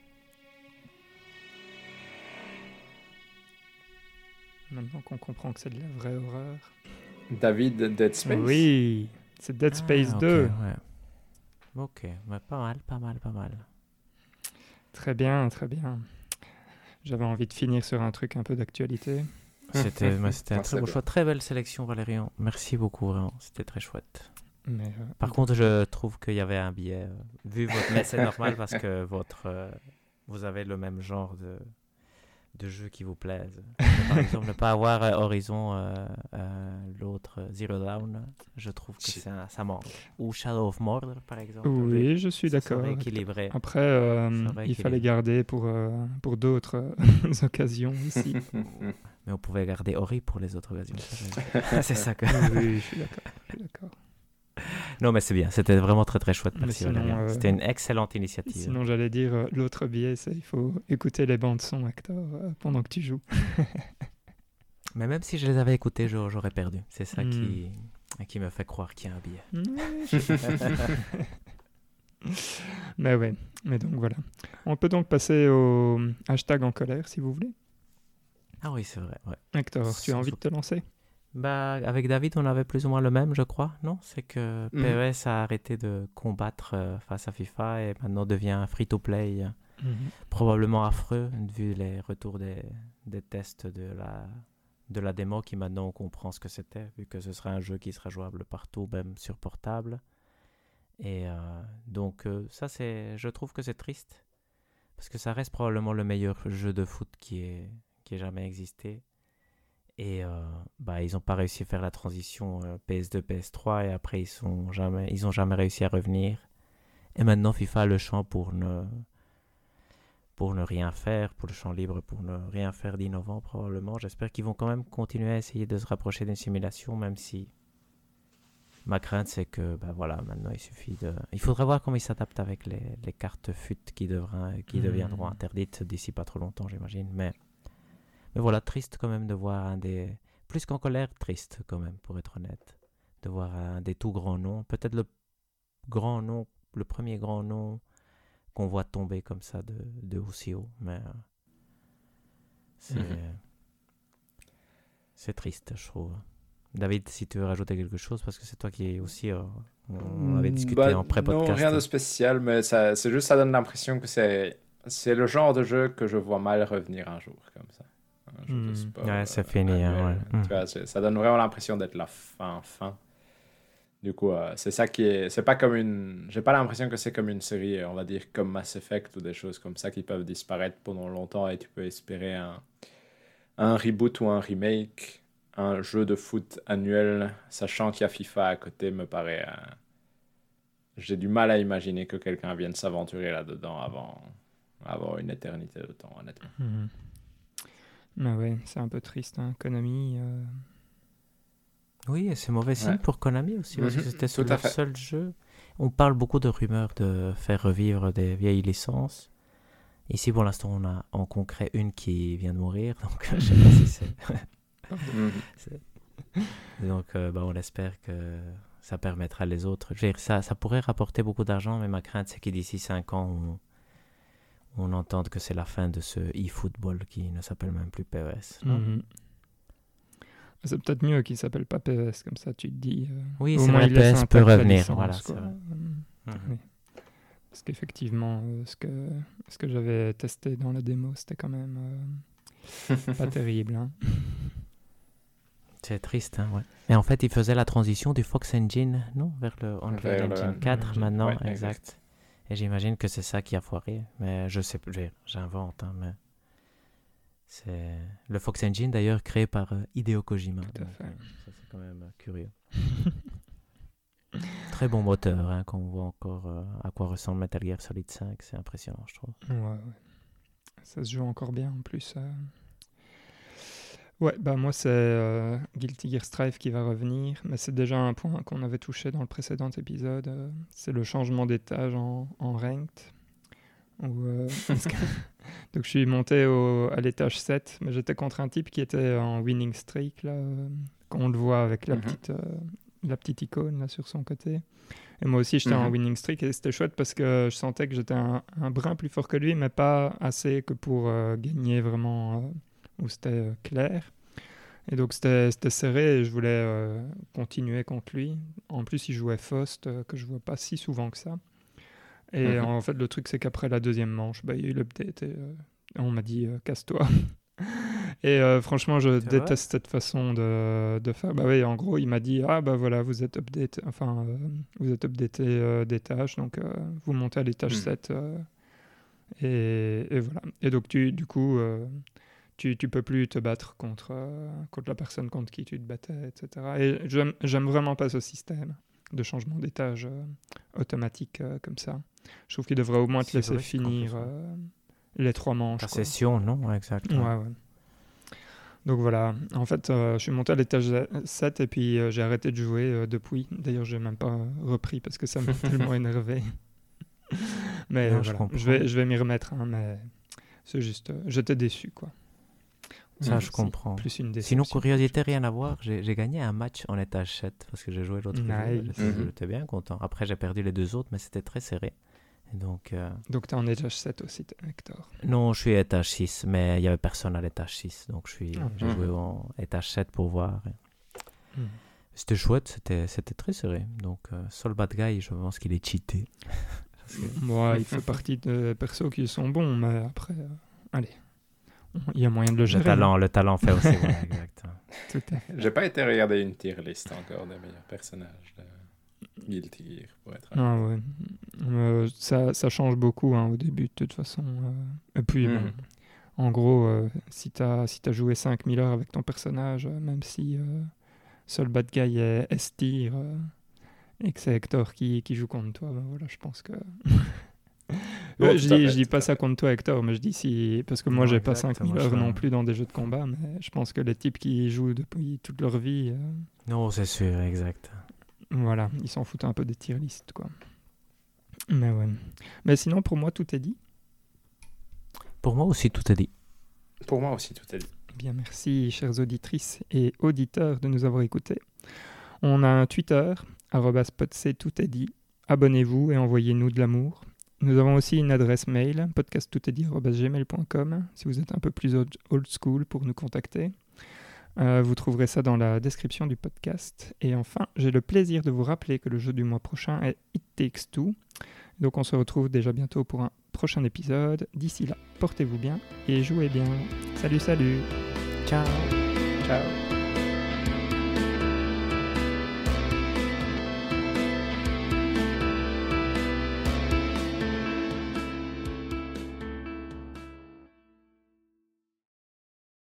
Maintenant qu'on comprend que c'est de la vraie horreur. David, Dead Space. Oui, c'est Dead Space ah, ok, deux. ouais. Ok, mais pas mal, pas mal, pas mal. Très bien, très bien. J'avais envie de finir sur un truc un peu d'actualité. C'était, mais c'était un Ah, très c'est beau bien. choix. Très belle sélection, Valérian. Merci beaucoup, vraiment. C'était très chouette. Mais, euh, Par contre, je trouve qu'il y avait un biais. euh, vu votre... Mais c'est normal parce que votre, euh, vous avez le même genre de, de jeux qui vous plaisent. Par exemple, ne pas avoir euh, Horizon, euh, euh, l'autre euh, Zero Dawn, je trouve que Si. c'est un- ça manque. Ou Shadow of Mordor, par exemple. oui, je suis Ça d'accord. serait avec toi. équilibré. Après, euh, Ça aurait il équilibré. fallait garder pour, euh, pour d'autres euh, occasions aussi. Mais on pouvait garder Ori pour les autres occasions. ça, je- c'est ça que... Oui, je suis d'accord. je suis d'accord. Non, mais c'est bien. C'était vraiment très très chouette. Mais Merci sinon, Valérian. euh, C'était une excellente initiative. Sinon, j'allais dire, euh, l'autre biais, c'est il faut écouter les bandes son, Hector, euh, pendant que tu joues. Mais même si je les avais écoutés, j'aurais j'aurais perdu. C'est ça Hmm. qui, qui me fait croire qu'il y a un biais. Ouais, je- Mais ouais, mais donc voilà. On peut donc passer au hashtag en colère, si vous voulez. Ah oui, c'est vrai. Ouais. Hector, tu as Sans envie de te lancer? Bah, avec David, on avait plus ou moins le même, je crois. Non, c'est que Mhm. P E S a arrêté de combattre euh, face à FIFA et maintenant devient free-to-play. euh, Probablement affreux, vu les retours des, des tests de la, de la démo qui maintenant on comprend ce que c'était, vu que ce sera un jeu qui sera jouable partout, même sur portable. Et euh, donc euh, ça, c'est, je trouve que c'est triste, parce que ça reste probablement le meilleur jeu de foot qui ait, qui ait jamais existé. Et euh, bah, ils n'ont pas réussi à faire la transition euh, P S deux, P S trois, et après ils sont jamais, ils ont jamais réussi à revenir. Et maintenant FIFA a le champ pour ne, pour ne rien faire, pour le champ libre, pour ne rien faire d'innovant probablement. J'espère qu'ils vont quand même continuer à essayer de se rapprocher d'une simulation, même si ma crainte c'est que bah, voilà, maintenant il suffit de... Il faudra voir comment ils s'adaptent avec les, les cartes F U T qui, devraient, qui Mhm. deviendront interdites d'ici pas trop longtemps, j'imagine. Mais, mais voilà, triste quand même de voir un des... Plus qu'en colère, triste quand même, pour être honnête. De voir un des tout grands noms. Peut-être le grand nom, le premier grand nom qu'on voit tomber comme ça de, de haut si haut. Mais euh, c'est, Mhm. c'est triste, je trouve. David, si tu veux rajouter quelque chose, parce que c'est toi qui aussi... euh, on avait discuté Bah, en pré-podcast. Non, rien de spécial, mais ça, c'est juste ça donne l'impression que c'est, c'est le genre de jeu que je vois mal revenir un jour, comme ça. Un jeu de Hmm. sport, Ouais, c'est euh, fini, hein, annuel. ouais. Tu vois, c'est- ça donne vraiment l'impression d'être la fin, fin. Du coup, euh, c'est ça qui est... C'est pas comme une... J'ai pas l'impression que c'est comme une série, on va dire, comme Mass Effect ou des choses comme ça qui peuvent disparaître pendant longtemps et tu peux espérer un, un reboot ou un remake. Un jeu de foot annuel, sachant qu'il y a FIFA à côté, me paraît... euh, J'ai du mal à imaginer que quelqu'un vienne s'aventurer là-dedans avant, avant une éternité de temps, honnêtement. Mhm. Mais ouais, c'est un peu triste, hein. Konami. euh, Oui, et c'est mauvais signe Ouais. pour Konami aussi, parce que Mhm, c'était tout à leur fait. seul jeu. On parle beaucoup de rumeurs de faire revivre des vieilles licences. Ici, pour l'instant, on a en concret une qui vient de mourir, donc je sais pas si c'est... Mhm. c'est- Donc, euh, bah, on espère que ça permettra les autres. Je veux dire, ça, ça pourrait rapporter beaucoup d'argent, mais ma crainte, c'est que d'ici cinq ans, on, on entende que c'est la fin de ce e-football qui ne s'appelle même plus P E S. Non mhm. C'est peut-être mieux qu'il s'appelle pas P E S, comme ça tu te dis. Euh, Oui, au c'est moins vrai, il laisse P E S un peut pack la revenir, licence, voilà, quoi. c'est vrai. Euh, Mhm. oui. Parce qu'effectivement, euh, ce, que, ce que j'avais testé dans la démo, c'était quand même euh, pas terrible. Hein. C'est triste, hein, ouais. Et en fait, il faisait la transition du Fox Engine, non, vers le Unreal Vers le Engine Unreal quatre Engine. maintenant, Ouais, exact. exact. Et j'imagine que c'est ça qui a foiré, mais je sais plus, j'invente, hein, mais c'est le Fox Engine d'ailleurs créé par euh, Hideo Kojima. Tout à donc, fait. euh, ça c'est quand même euh, curieux. Très bon moteur, hein, quand on voit encore euh, à quoi ressemble Metal Gear Solid cinq, c'est impressionnant, je trouve. Ouais, ouais. Ça se joue encore bien en plus. Euh... Ouais, bah moi c'est euh, Guilty Gear Strive qui va revenir, mais c'est déjà un point qu'on avait touché dans le précédent épisode. Euh, c'est le changement d'étage en, en ranked. Où, euh, parce que- Donc je suis monté au, à l'étage sept, mais j'étais contre un type qui était en winning streak, là, euh, qu'on le voit avec la, Mhm. petite, euh, la petite icône là, sur son côté. Et moi aussi j'étais en Mhm. winning streak et c'était chouette parce que je sentais que j'étais un, un brin plus fort que lui, mais pas assez que pour euh, gagner vraiment, euh, où c'était euh, clair. Et donc c'était c'était serré et je voulais euh, continuer contre lui. En plus il jouait Faust, euh, que je vois pas si souvent que ça. Et Mhm. en fait, le truc, c'est qu'après la deuxième manche, bah, il y a eu l'update et euh, on m'a dit euh, casse-toi. Et euh, franchement, je C'est déteste cette façon de, de faire. Bah oui, en gros, il m'a dit ah bah voilà, vous êtes update, enfin euh, vous êtes updaté euh, d'étage, donc euh, vous montez à l'étage Mhm. sept euh, et, et voilà. Et donc tu, du coup, euh, tu tu peux plus te battre contre euh, contre la personne contre qui tu te battais, et cetera. Et j'aime j'aime vraiment pas ce système de changement d'étage euh, automatique euh, comme ça. Je trouve qu'il devrait au moins te C'est laisser brusque, en plus, finir ouais. euh, les trois manches. La quoi. session, non, ouais, exact. Ouais, ouais. ouais. Donc voilà, en fait, euh, je suis monté à l'étage sept et puis euh, j'ai arrêté de jouer euh, depuis. D'ailleurs, j'ai même pas euh, repris parce que ça m'a tellement énervé. Mais Non, euh, je voilà, comprends. je vais, je vais m'y remettre, hein, mais c'est juste, euh, j'étais déçu, quoi. Ça, Mm, je si, comprends. Plus une déception. Sinon, curiosité, rien à voir. J'ai j'ai gagné un match en étage sept parce que j'ai joué l'autre jour. et Nice. J'étais Mhm. j'étais bien content. Après, j'ai perdu les deux autres, mais c'était très serré. Et donc, euh, Donc t'es en étage sept aussi, t- Hector. non, je suis à étage six, mais il n'y avait personne à l'étage six. Donc, je suis, Ah. j'ai joué Mhm. en étage sept pour voir. Et Mm. C'était chouette, c'était c'était très serré. Donc, euh, Sol Bad Guy, je pense qu'il est cheaté. Parce que- Moi, il fait partie de persos qui sont bons, mais après, euh, allez, il y a moyen de le gérer. Le talent, le talent fait aussi. Voilà, exact. Tout à fait. J'ai pas été regarder une tier list encore des meilleurs personnages de Guilty Gear, pour être honnête. Ah ouais. Euh, ça, ça change beaucoup hein, au début, de toute façon. euh. Et puis, bon, Mhm. en gros, euh, si t'as si t'as joué cinq mille heures avec ton personnage, euh, même si euh, seul bad guy est S-tier euh, et que c'est Hector qui, qui joue contre toi, ben voilà, je pense que... Oh, Ouais, tout je à dis, fait, je dis tout pas à ça fait. contre toi, Hector, mais je dis si... Parce que moi, Non, j'ai pas exact, cinq mille moi, je heures fais non un- plus dans des jeux de combat, mais je pense que les types qui jouent depuis toute leur vie, euh, Non, c'est sûr, exact. voilà, ils s'en foutent un peu des tier lists, quoi. Mais ouais. Mais sinon, pour moi, tout est dit. Pour moi aussi, tout est dit. Pour moi aussi, tout est dit. Bien, merci, chères auditrices et auditeurs, de nous avoir écoutés. On a un Twitter, arobase podc, tout est dit. Abonnez-vous et envoyez-nous de l'amour. Nous avons aussi une adresse mail, podcasttoutestdit arobase gmail point com, si vous êtes un peu plus old old school pour nous contacter. Euh, vous trouverez ça dans la description du podcast. Et enfin, j'ai le plaisir de vous rappeler que le jeu du mois prochain est It Takes Two. Donc on se retrouve déjà bientôt pour un prochain épisode. D'ici là, portez-vous bien et jouez bien. Salut, salut. Ciao. Ciao.